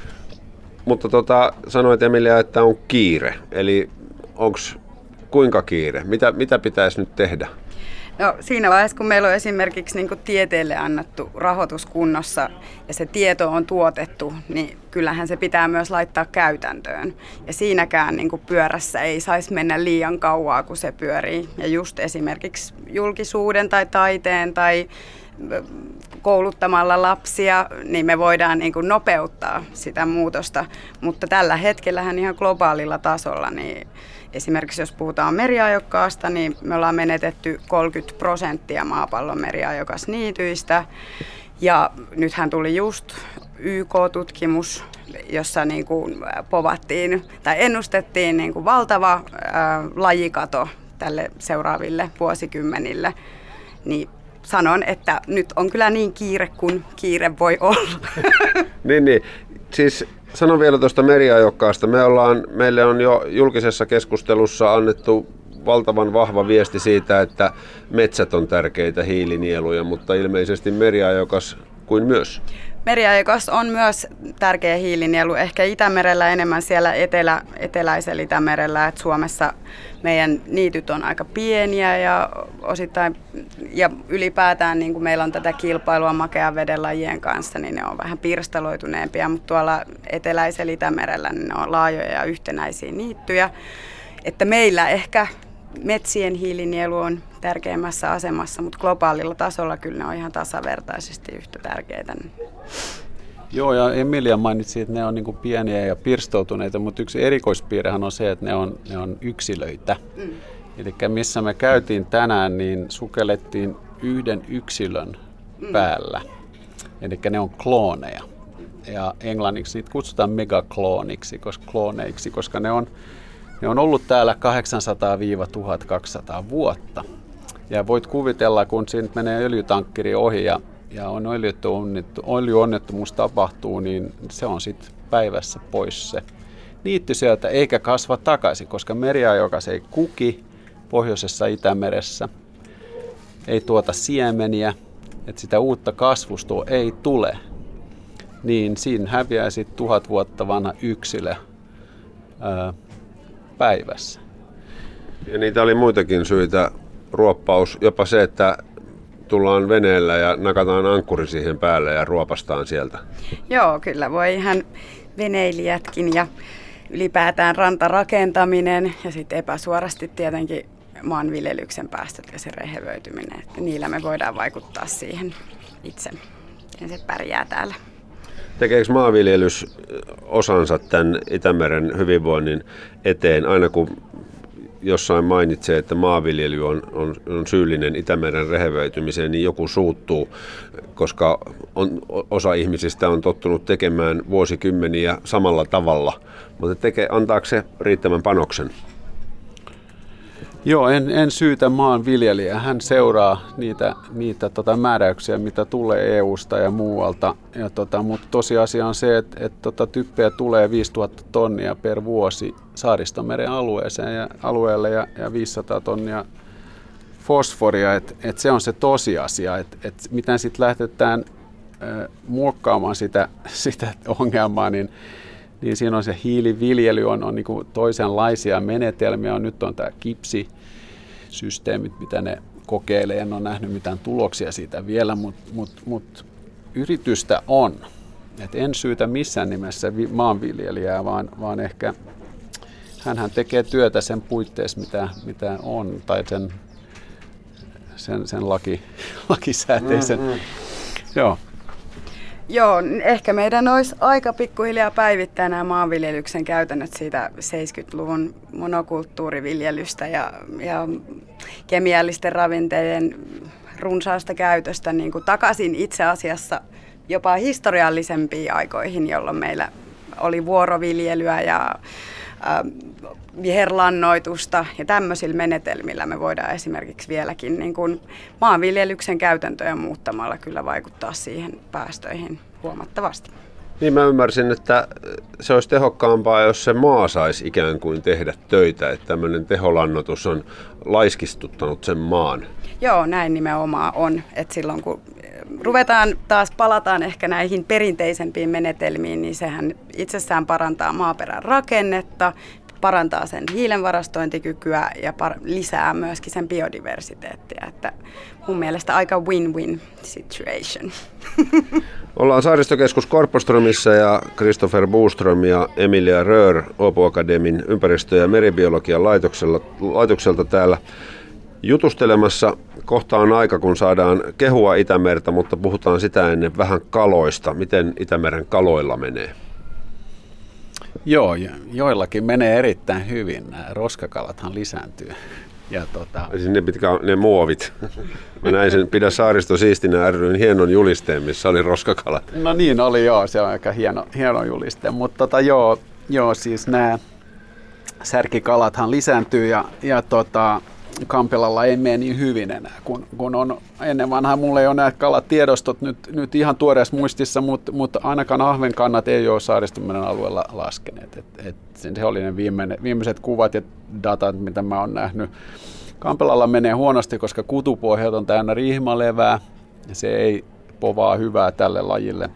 Mutta tota, sanoit Emilia, että on kiire. Eli onko kuinka kiire? Mitä, mitä pitäisi nyt tehdä? No, siinä vaiheessa, kun meillä on esimerkiksi niin kuin tieteelle annettu rahoitus kunnossa ja se tieto on tuotettu, niin kyllähän se pitää myös laittaa käytäntöön. Ja siinäkään niin kuin pyörässä ei saisi mennä liian kauaa, kun se pyörii. Ja just esimerkiksi julkisuuden tai taiteen tai kouluttamalla lapsia, niin me voidaan niin kuin nopeuttaa sitä muutosta. Mutta tällä hetkellähän ihan globaalilla tasolla, niin esimerkiksi jos puhutaan meriajokkaasta, niin me ollaan menetetty kolmekymmentä prosenttia maapallon meriajokasniityistä. Ja nythän tuli just Y K-tutkimus, jossa niin kuin povattiin tai ennustettiin niin kuin valtava ää, lajikato tälle seuraaville vuosikymmenille. Niin sanon, että nyt on kyllä niin kiire kuin kiire voi olla. niin, niin. Siis sanon vielä tuosta meriajokkaasta. Me ollaan, meille on jo julkisessa keskustelussa annettu valtavan vahva viesti siitä, että metsät on tärkeitä hiilinieluja, mutta ilmeisesti meriajokas kuin myös? Meriajokas on myös tärkeä hiilinielu, ehkä Itämerellä enemmän siellä etelä, eteläisellä Itämerellä, että Suomessa meidän niityt on aika pieniä ja osittain ja ylipäätään niin kuin meillä on tätä kilpailua makean veden lajien kanssa, niin ne on vähän pirstaloituneempia, mutta tuolla eteläisellä Itämerellä niin ne on laajoja ja yhtenäisiä niittyjä, että meillä ehkä metsien hiilinielu on tärkeimmässä asemassa, mutta globaalilla tasolla kyllä ne on ihan tasavertaisesti yhtä tärkeitä. Joo, ja Emilia mainitsi, että ne on niin kuin pieniä ja pirstoutuneita, mutta yksi erikoispiirrehän on se, että ne on, ne on yksilöitä. Mm. Eli missä me käytiin tänään, niin sukellettiin yhden yksilön mm. päällä. Eli ne on klooneja. Ja englanniksi niitä kutsutaan megaklooniksi, koska klooneiksi, koska ne on Ne on ollut täällä kahdeksansataa tuhatkaksisataa vuotta. Ja voit kuvitella, kun siinä menee öljytankkeri ohi ja, ja on öljyonnettomuus tapahtuu, niin se on sitten päivässä pois se niitty sieltä, eikä kasva takaisin, koska meriajokas ei kuki pohjoisessa Itämeressä, ei tuota siemeniä, että sitä uutta kasvustoa ei tule, niin siinä häviää sitten tuhat vuotta vanha yksilö ää, päivässä. Ja niitä oli muitakin syitä, ruoppaus, jopa se, että tullaan veneellä ja nakataan ankkuri siihen päälle ja ruopastaan sieltä. Joo, kyllä voi ihan veneilijätkin ja ylipäätään rantarakentaminen ja sitten epäsuorasti tietenkin maanviljelyksen päästöt ja se rehevöityminen. Että niillä me voidaan vaikuttaa siihen itse, miten se pärjää täällä. Tekeekö maanviljelys osansa tämän Itämeren hyvinvoinnin eteen? Aina kun jossain mainitsee, että maanviljely on, on, on syyllinen Itämeren rehevöitymiseen, niin joku suuttuu, koska on, osa ihmisistä on tottunut tekemään vuosikymmeniä samalla tavalla. Mutta tekee, antaako se riittävän panoksen? Joo, en, en syytä maanviljelijää. Hän seuraa niitä, niitä tota, määräyksiä, mitä tulee E U:sta ja muualta. Ja, tota, mutta tosiasia on se, että et, tota, typpeä tulee viisituhatta tonnia per vuosi Saaristomeren alueeseen ja, alueelle ja, ja viisisataa tonnia fosforia. Et, et se on se tosiasia, että et miten sitten lähdetään äh, muokkaamaan sitä, sitä ongelmaa, niin niin siinä on se hiiliviljely, on, on niin kuin toisenlaisia menetelmiä. On, nyt on tämä kipsisysteemit, mitä ne kokeilee. En ole nähnyt mitään tuloksia siitä vielä, mutta mut, mut yritystä on. Et en syytä missään nimessä maanviljelijää, vaan, vaan ehkä hänhän tekee työtä sen puitteissa, mitä, mitä on, tai sen, sen, sen laki, lakisääteisen. Mm-hmm. Joo. Joo, ehkä meidän olisi aika pikkuhiljaa päivittää nämä maanviljelyksen käytännöt siitä seitsemänkymmentäluvun monokulttuuriviljelystä ja, ja kemiallisten ravinteiden runsaasta käytöstä niin kuin takaisin itse asiassa jopa historiallisempiin aikoihin, jolloin meillä oli vuoroviljelyä ja äh, viherlannoitusta ja tämmöisillä menetelmillä me voidaan esimerkiksi vieläkin niin kuin maanviljelyksen käytäntöjä muuttamalla kyllä vaikuttaa siihen päästöihin huomattavasti. Niin mä ymmärsin, että se olisi tehokkaampaa, jos se maa saisi ikään kuin tehdä töitä, että tämmöinen teholannoitus on laiskistuttanut sen maan. Joo, näin nimenomaan on, että silloin kun ruvetaan taas, palataan ehkä näihin perinteisempiin menetelmiin, niin sehän itsessään parantaa maaperän rakennetta, parantaa sen hiilen varastointikykyä ja par- lisää myöskin sen biodiversiteettiä. Että mun mielestä aika win-win situation. Ollaan Saaristokeskus Korpoströmissä ja Christopher Boström ja Emilia Röör Åbo Akademin ympäristö- ja meribiologian laitokselta täällä jutustelemassa. Kohta on aika, kun saadaan kehua Itämerta, mutta puhutaan sitä ennen vähän kaloista. Miten Itämeren kaloilla menee? Joo, joillakin menee erittäin hyvin. Nämä roskakalathan lisääntyy. Ja tota... ne, pitkä, ne muovit. Mä näin sen Pidä Saaristo siistinä ry:n hienon julisteen, missä oli roskakalat. No niin oli, joo, se on aika hieno, hieno juliste. Mutta tota, joo, joo, siis nämä särkikalathan lisääntyy ja, ja tota, Kampelalla ei mene niin hyvin enää, kun, kun on ennen vanhaa. Mulla ei ole nämä kalatiedostot nyt, nyt ihan tuoreessa muistissa, mutta, mutta ainakaan ahvenkannat ei ole Saaristomeren alueella laskeneet. Et, et se oli ne viimeine, viimeiset kuvat ja datat, mitä mä oon nähnyt. Kampelalla menee huonosti, koska kutupohjat on täynnä rihmalevää ja se ei helppovaa, hyvää tälle lajille.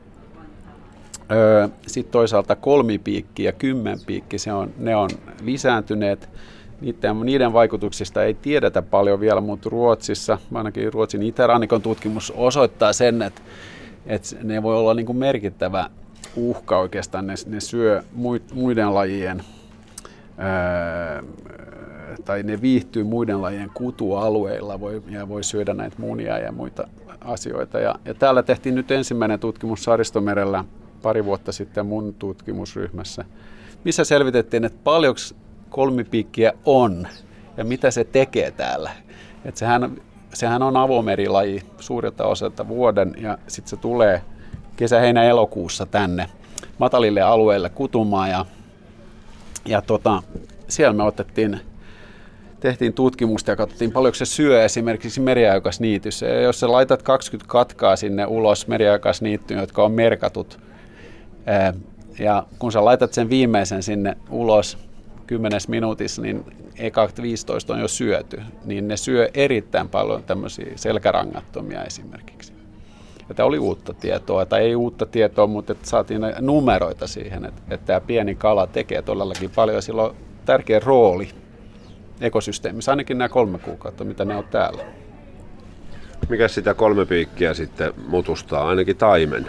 Öö, Sitten toisaalta kolmipiikki ja kymmenpiikki, se on, ne on lisääntyneet. Niiden, niiden vaikutuksista ei tiedetä paljon vielä, mutta Ruotsissa, ainakin Ruotsin itärannikon tutkimus osoittaa sen, että, että ne voi olla niin kuin merkittävä uhka oikeastaan. Ne, ne syö muiden lajien, öö, tai ne viihtyy muiden lajien kutualueilla voi, ja voi syödä näitä munia ja muita asioita. Ja, ja täällä tehtiin nyt ensimmäinen tutkimus Saaristomerellä pari vuotta sitten mun tutkimusryhmässä, missä selvitettiin, että paljonko kolmipiikkiä on ja mitä se tekee täällä. Et sehän, sehän on avomerilaji suurilta osalta vuoden ja sitten se tulee kesä, heinä, elokuussa tänne matalille alueille kutumaan ja, ja tota, siellä me otettiin, tehtiin tutkimusta ja katsottiin paljonko se syö esimerkiksi meriaikasniityssä. Ja jos sä laitat kaksikymmentä katkaa sinne ulos meriaikasniittyyn, jotka on merkatut, ja kun sä laitat sen viimeisen sinne ulos kymmenessä minuutissa, niin ekat viisitoista on jo syöty, niin ne syö erittäin paljon tämmöisiä selkärangattomia esimerkiksi. Ja tämä oli uutta tietoa, tai ei uutta tietoa, mutta että saatiin numeroita siihen, että, että tämä pieni kala tekee todellakin paljon, ja sillä on tärkeä rooli ekosysteemissä, ainakin nämä kolme kuukautta, mitä ne on täällä. Mikä sitä kolme piikkiä sitten mutustaa, ainakin taimen?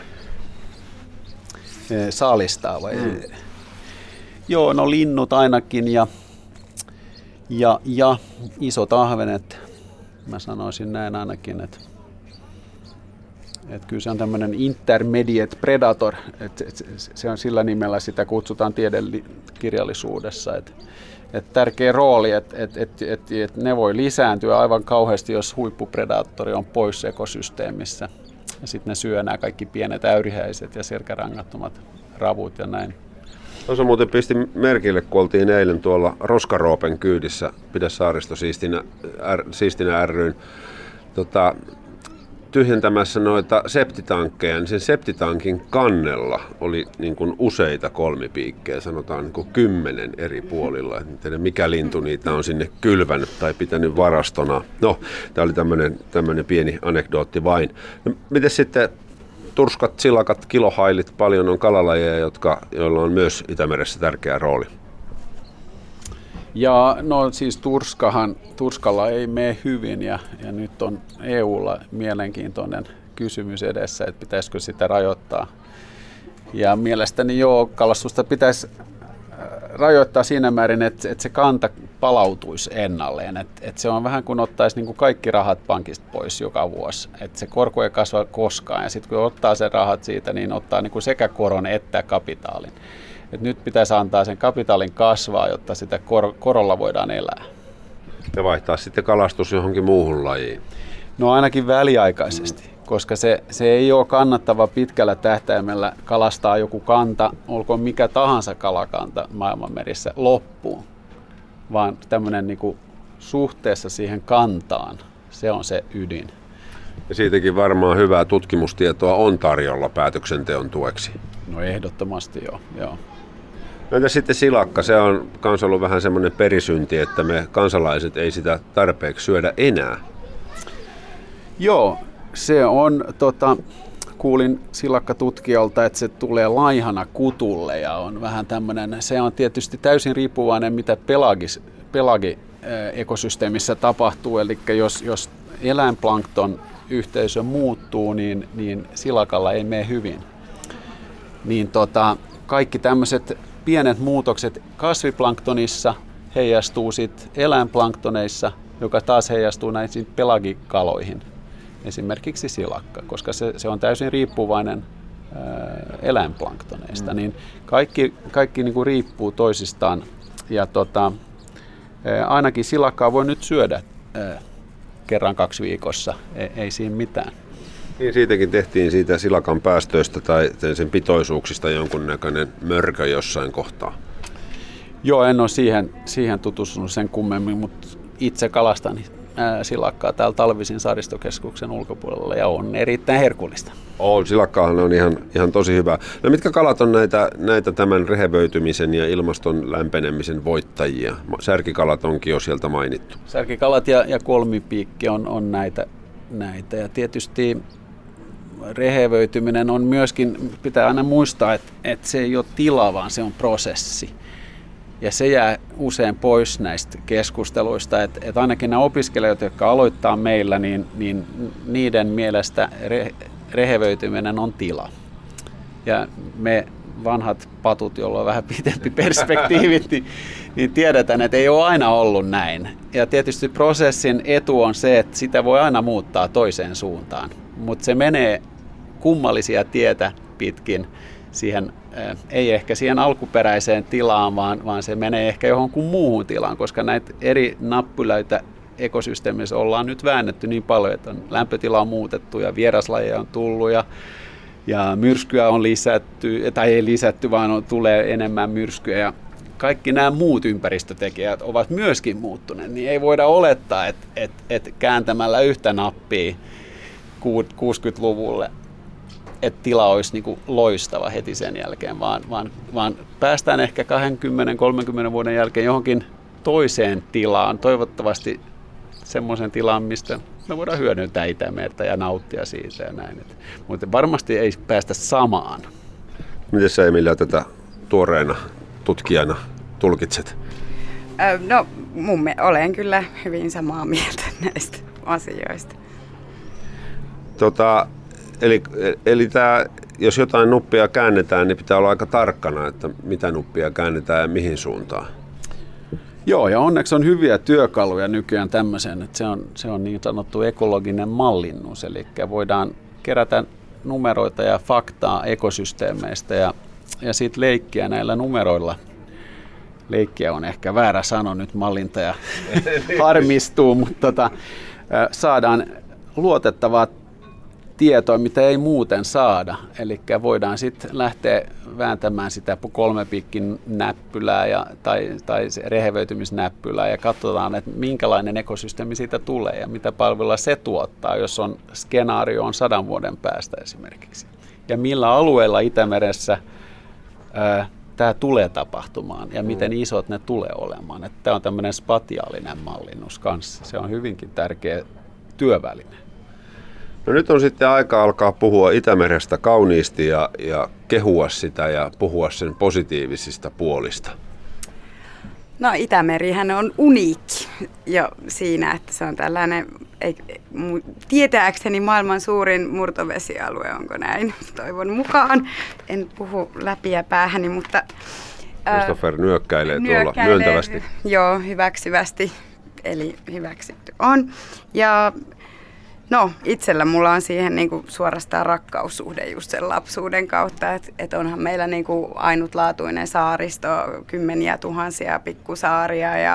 Saalistaa vai? Mm. Joo, no linnut ainakin ja, ja, ja isot ahvenet, mä sanoisin näin ainakin, että, että kyllä se on tämmöinen intermediate predator, että, että se on sillä nimellä, sitä kutsutaan tiedekirjallisuudessa, että, että tärkeä rooli, että, että, että, että, että ne voi lisääntyä aivan kauheasti, jos huippupredaattori on pois ekosysteemissä. Ja sitten ne syö nämä kaikki pienet äyrihäiset ja selkärangattomat ravut ja näin. Tuossa muuten pisti merkille, kun oltiin eilen tuolla Roskaroopen kyydissä Pidä Saaristo siistinä, är, siistinä ry:n tota, tyhjentämässä noita septitankkeja, niin sen septitankin kannella oli niin kuin useita kolmipiikkejä, sanotaan niin kuin kymmenen eri puolilla. En tiedä, mikä lintu niitä on sinne kylvänyt tai pitänyt varastona. No, tämä oli tämmöinen, tämmöinen pieni anekdootti vain. No, miten sitten turskat, silakat, kilohailit, paljon on kalalajeja, jotka, joilla on myös Itämeressä tärkeä rooli? Ja no siis turskahan, turskalla ei mene hyvin ja, ja nyt on E U:lla mielenkiintoinen kysymys edessä, että pitäisikö sitä rajoittaa. Ja mielestäni joo, kalastusta pitäisi rajoittaa siinä määrin, että, että se kanta palautuisi ennalleen. Että, että se on vähän kuin ottaisi niin kuin kaikki rahat pankista pois joka vuosi. Että se korko ei kasva koskaan ja sitten kun ottaa sen rahat siitä, niin ottaa niin kuin sekä koron että kapitaalin. Et nyt pitäisi antaa sen kapitaalin kasvaa, jotta sitä kor- korolla voidaan elää. Ja vaihtaa sitten kalastus johonkin muuhun lajiin. No ainakin väliaikaisesti, mm. koska se, se ei ole kannattava pitkällä tähtäimellä kalastaa joku kanta, olkoon mikä tahansa kalakanta maailmanmerissä loppuun, vaan tämmöinen niinku suhteessa siihen kantaan, se on se ydin. Ja siitäkin varmaan hyvää tutkimustietoa on tarjolla päätöksenteon tueksi. No ehdottomasti joo, joo. No entä sitten silakka? Se on kans ollut vähän semmoinen perisynti, että me kansalaiset ei sitä tarpeeksi syödä enää. Joo, se on, tota, kuulin silakkatutkijalta, että se tulee laihana kutulle ja on vähän tämmöinen, se on tietysti täysin riippuvainen, mitä pelagis, pelagi-ekosysteemissä tapahtuu, eli jos, jos eläinplankton yhteisö muuttuu, niin, niin silakalla ei mene hyvin. Niin tota, kaikki tämmöiset pienet muutokset kasviplanktonissa heijastuu sitten eläinplanktoneissa, joka taas heijastuu näihin pelagikaloihin, esimerkiksi silakka, koska se, se on täysin riippuvainen ää, eläinplanktoneista. Mm. Niin kaikki kaikki niinku riippuu toisistaan ja tota, ää, ainakin silakkaa voi nyt syödä ää, kerran kaksi viikossa, ei, ei siinä mitään. Niin siitäkin tehtiin siitä silakan päästöistä tai sen pitoisuuksista jonkunnäköinen mörkö jossain kohtaa. Joo, en ole siihen, siihen tutustunut sen kummemmin, mutta itse kalastan ää, silakkaa täällä Talvisin saaristokeskuksen ulkopuolella ja on erittäin herkullista. On, silakkaahan on ihan, ihan tosi hyvä. No mitkä kalat on näitä, näitä tämän rehevöitymisen ja ilmaston lämpenemisen voittajia? Särkikalat onkin jo sieltä mainittu. Särkikalat ja, ja kolmipiikki on, on näitä, näitä ja tietysti rehevöityminen on myöskin, pitää aina muistaa, että, että se ei ole tila, vaan se on prosessi. Ja se jää usein pois näistä keskusteluista, että, että ainakin nämä opiskelijat, jotka aloittaa meillä, niin, niin niiden mielestä re, rehevöityminen on tila. Ja me vanhat patut, joilla on vähän pitempi perspektiivit, niin, niin tiedetään, että ei ole aina ollut näin. Ja tietysti prosessin etu on se, että sitä voi aina muuttaa toiseen suuntaan, mutta se menee kummallisia tietä pitkin siihen, äh, ei ehkä siihen alkuperäiseen tilaan, vaan, vaan se menee ehkä johonkin muuhun tilaan, koska näitä eri nappylöitä ekosysteemissä ollaan nyt väännetty niin paljon, että on lämpötila on muutettu ja vieraslajeja on tullut ja Ja myrskyä on lisätty, tai ei lisätty, vaan on, tulee enemmän myrskyä. Ja kaikki nämä muut ympäristötekijät ovat myöskin muuttuneet. Niin ei voida olettaa, että, että, että kääntämällä yhtä nappia kuusikymmentäluvulle, että tila olisi niin kuin loistava heti sen jälkeen, vaan, vaan, vaan päästään ehkä kaksikymmentä kolmekymmentä vuoden jälkeen johonkin toiseen tilaan. Toivottavasti semmoisen tilaan, mistä me voidaan hyödyntää Itämerta ja nauttia siitä ja näin. Mutta varmasti ei päästä samaan. Miten sä, Emilia, tätä tuoreena tutkijana tulkitset? No, mun me olen kyllä hyvin samaa mieltä näistä asioista. Tota, eli eli tää, jos jotain nuppia käännetään, niin pitää olla aika tarkkana, että mitä nuppia käännetään ja mihin suuntaan. Joo, ja onneksi on hyviä työkaluja nykyään tämmöisen, että se on, se on niin sanottu ekologinen mallinnus, eli voidaan kerätä numeroita ja faktaa ekosysteemeistä ja, ja sitten leikkiä näillä numeroilla. Leikkiä on ehkä väärä sano, nyt mallintaja harmistuu, mutta tota, saadaan luotettavaa tietoa, mitä ei muuten saada. Eli voidaan sitten lähteä vääntämään sitä kolmepiikkin näppylää ja, tai, tai rehevöitymisnäppylää ja katsotaan, että minkälainen ekosysteemi siitä tulee ja mitä palvelua se tuottaa, jos on skenaario on sadan vuoden päästä esimerkiksi. Ja millä alueella Itämeressä ää, tämä tulee tapahtumaan ja miten isot ne tulee olemaan. Tämä on tämmöinen spatiaalinen mallinnus kanssa. Se on hyvinkin tärkeä työväline. No nyt on sitten aika alkaa puhua Itämerestä kauniisti ja, ja kehua sitä ja puhua sen positiivisista puolista. No Itämerihän on uniikki jo siinä, että se on tällainen, ei, tietääkseni maailman suurin murtovesialue, onko näin? Toivon mukaan. En puhu läpi ja päähäni, mutta Christopher nyökkäilee, nyökkäilee tuolla myöntävästi. Joo, hyväksyvästi, eli hyväksytty on. Ja no, itsellä mulla on siihen niinku suorastaan rakkaussuhde just sen lapsuuden kautta, että et onhan meillä niinku ainutlaatuinen saaristo, kymmeniä tuhansia pikkusaaria ja,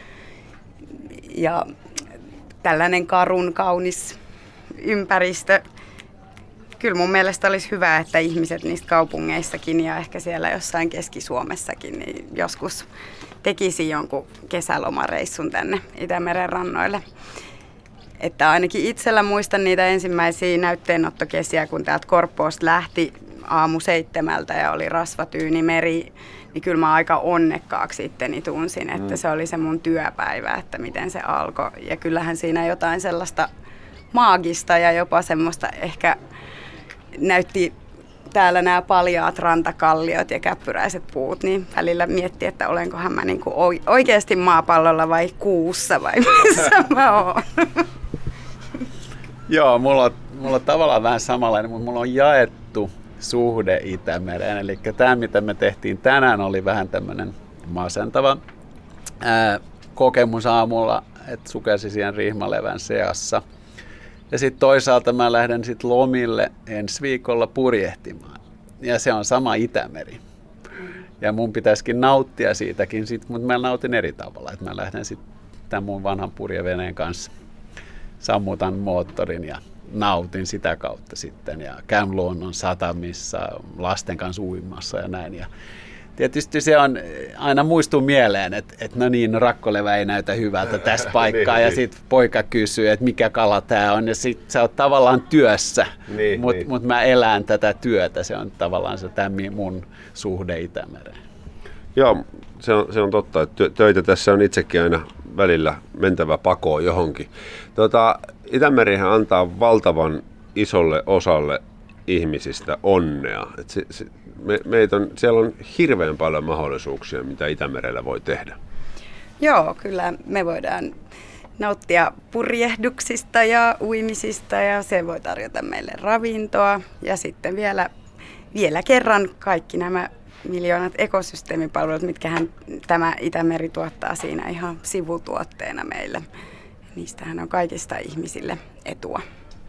ja tällainen karun kaunis ympäristö. Kyllä mun mielestä olisi hyvä, että ihmiset niistä kaupungeissakin ja ehkä siellä jossain Keski-Suomessakin niin joskus tekisi jonkun kesälomareissun tänne Itämeren rannoille. Että ainakin itsellä muistan niitä ensimmäisiä näytteenottokesiä, kun täältä Korppoosta lähti aamu seitsemältä ja oli rasvatyyni meri, niin kyllä mä aika onnekkaaksi itteni tunsin, että se oli se mun työpäivä, että miten se alkoi. Ja kyllähän siinä jotain sellaista maagista ja jopa semmoista ehkä näytti täällä nämä paljaat rantakalliot ja käppyräiset puut, niin välillä mietti, että olenkohan mä niinku oikeasti maapallolla vai kuussa vai missä mä oon. Joo, mulla on, mulla on tavallaan vähän samanlainen, mutta mulla on jaettu suhde Itämereen. Eli tämä, mitä me tehtiin tänään, oli vähän tämmöinen masentava ää, kokemus aamulla, että sukelsi siihen rihmalevän seassa. Ja sitten toisaalta mä lähden sitten lomille ensi viikolla purjehtimaan. Ja se on sama Itämeri. Ja mun pitäisikin nauttia siitäkin, sit, mutta mä nautin eri tavalla. Et mä lähden sitten tämän mun vanhan purjeveneen kanssa, sammutan moottorin ja nautin sitä kautta sitten. Ja käyn luonnon satamissa, lasten kanssa uimassa ja näin. Ja tietysti se on, aina muistuu mieleen, että, että no niin, rakkolevä ei näytä hyvältä tässä paikkaa. niin, ja sitten poika kysyy, että mikä kala tämä on. Ja sitten sä oot tavallaan työssä, niin, mutta niin. mut mä elän tätä työtä. Se on tavallaan se tämä mun suhde Itämereen. Joo, se on, se on totta, että töitä tässä on itsekin aina välillä mentävä pakoon johonkin. Tota, Itämerihän antaa valtavan isolle osalle ihmisistä onnea. Et se, se, me, meitä on, siellä on hirveän paljon mahdollisuuksia, mitä Itämerellä voi tehdä. Joo, kyllä me voidaan nauttia purjehduksista ja uimisista ja se voi tarjota meille ravintoa ja sitten vielä, vielä kerran kaikki nämä miljoonat ekosysteemipalvelut, mitkähän tämä Itämeri tuottaa siinä ihan sivutuotteena meille. Niistähän on kaikista ihmisille etua.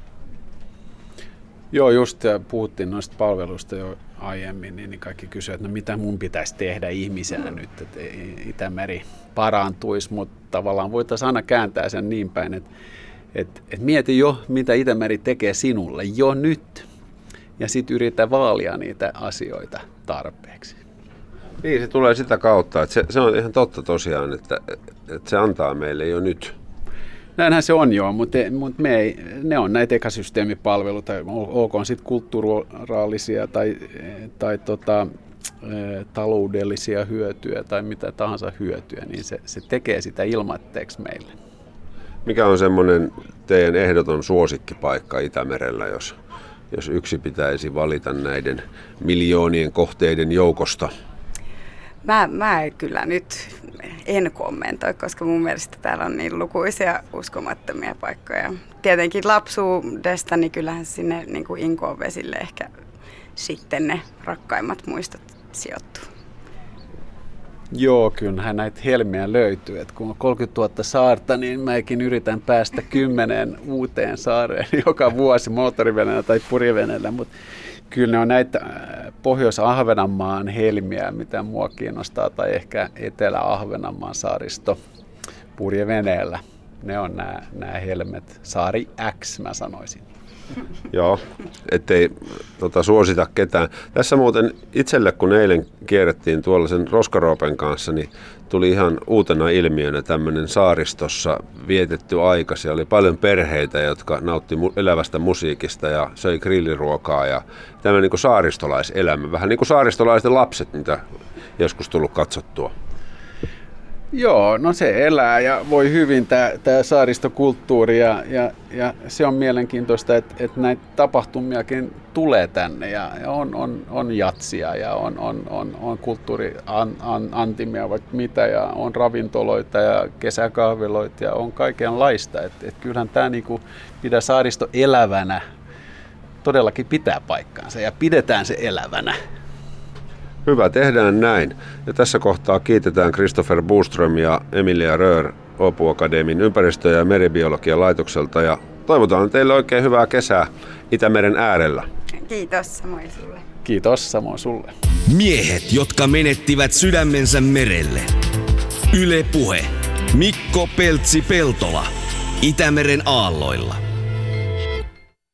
Joo, just puhuttiin noista palveluista jo aiemmin, niin kaikki kysyivät, että no mitä mun pitäisi tehdä ihmisenä nyt, että Itämeri parantuisi, mutta tavallaan voitaisiin aina kääntää sen niin päin, että, että, että mieti jo, mitä Itämeri tekee sinulle jo nyt, ja sitten yritä vaalia niitä asioita tarpeeksi. Niin, se tulee sitä kautta, että se, se on ihan totta tosiaan, että, että se antaa meille jo nyt. Näinhän se on joo, mutta, mutta me ei, ne on näitä ekosysteemipalveluita, olkoon sitten kulttuuraalisia tai, tai tota, taloudellisia hyötyjä tai mitä tahansa hyötyä, niin se, se tekee sitä ilmatteeksi meille. Mikä on semmoinen teidän ehdoton suosikkipaikka Itämerellä, jos, jos yksi pitäisi valita näiden miljoonien kohteiden joukosta? Mä, mä kyllä nyt en kommentoi, koska mun mielestä täällä on niin lukuisia uskomattomia paikkoja. Tietenkin lapsuudesta, niin kyllähän sinne niin kuin Inkoon vesille ehkä sitten ne rakkaimmat muistot sijoittuu. Joo, kyllähän näitä helmiä löytyy. Et kun on kolmekymmentätuhatta saarta, niin mäkin yritän päästä kymmeneen uuteen saareen joka vuosi moottoriveneellä tai purjeveneellä, mutta kyllä ne on näitä Pohjois-Ahvenanmaan helmiä, mitä mua kiinnostaa, tai ehkä Etelä-Ahvenanmaan saaristo purjeveneellä. Ne on nämä, nämä helmet. Saari X, mä sanoisin. Joo, ettei tota, suosita ketään. Tässä muuten itselle, kun eilen kierrettiin tuolla sen Roskaroopen kanssa, niin tuli ihan uutena ilmiönä tämmöinen saaristossa vietetty aika. Siellä oli paljon perheitä, jotka nautti elävästä musiikista ja söi grilliruokaa ja tämmöinen niin kuin saaristolaiselämä. Vähän niin kuin saaristolaisten lapset, mitä joskus tullut katsottua. Joo, no se elää ja voi hyvin tämä, tämä saaristokulttuuri ja, ja, ja se on mielenkiintoista, että, että näitä tapahtumiakin tulee tänne ja, ja on, on, on jatsia ja on, on, on, on kulttuuriantimia vaikka mitä ja on ravintoloita ja kesäkahviloita ja on kaikenlaista. Että, että kyllähän tämä niinku pidä saaristo elävänä todellakin pitää paikkaansa ja pidetään se elävänä. Hyvä, tehdään näin. Ja tässä kohtaa kiitetään Christopher Boström ja Emilia Röhr Åbo Akademin ympäristö- ja meribiologian laitokselta ja toivotaan teille oikein hyvää kesää Itämeren äärellä. Kiitos, samoin sulle. Kiitos, samoin sulle. Miehet, jotka menettivät sydämensä merelle. Yle Puhe. Mikko Peltsi-Peltola. Itämeren aalloilla.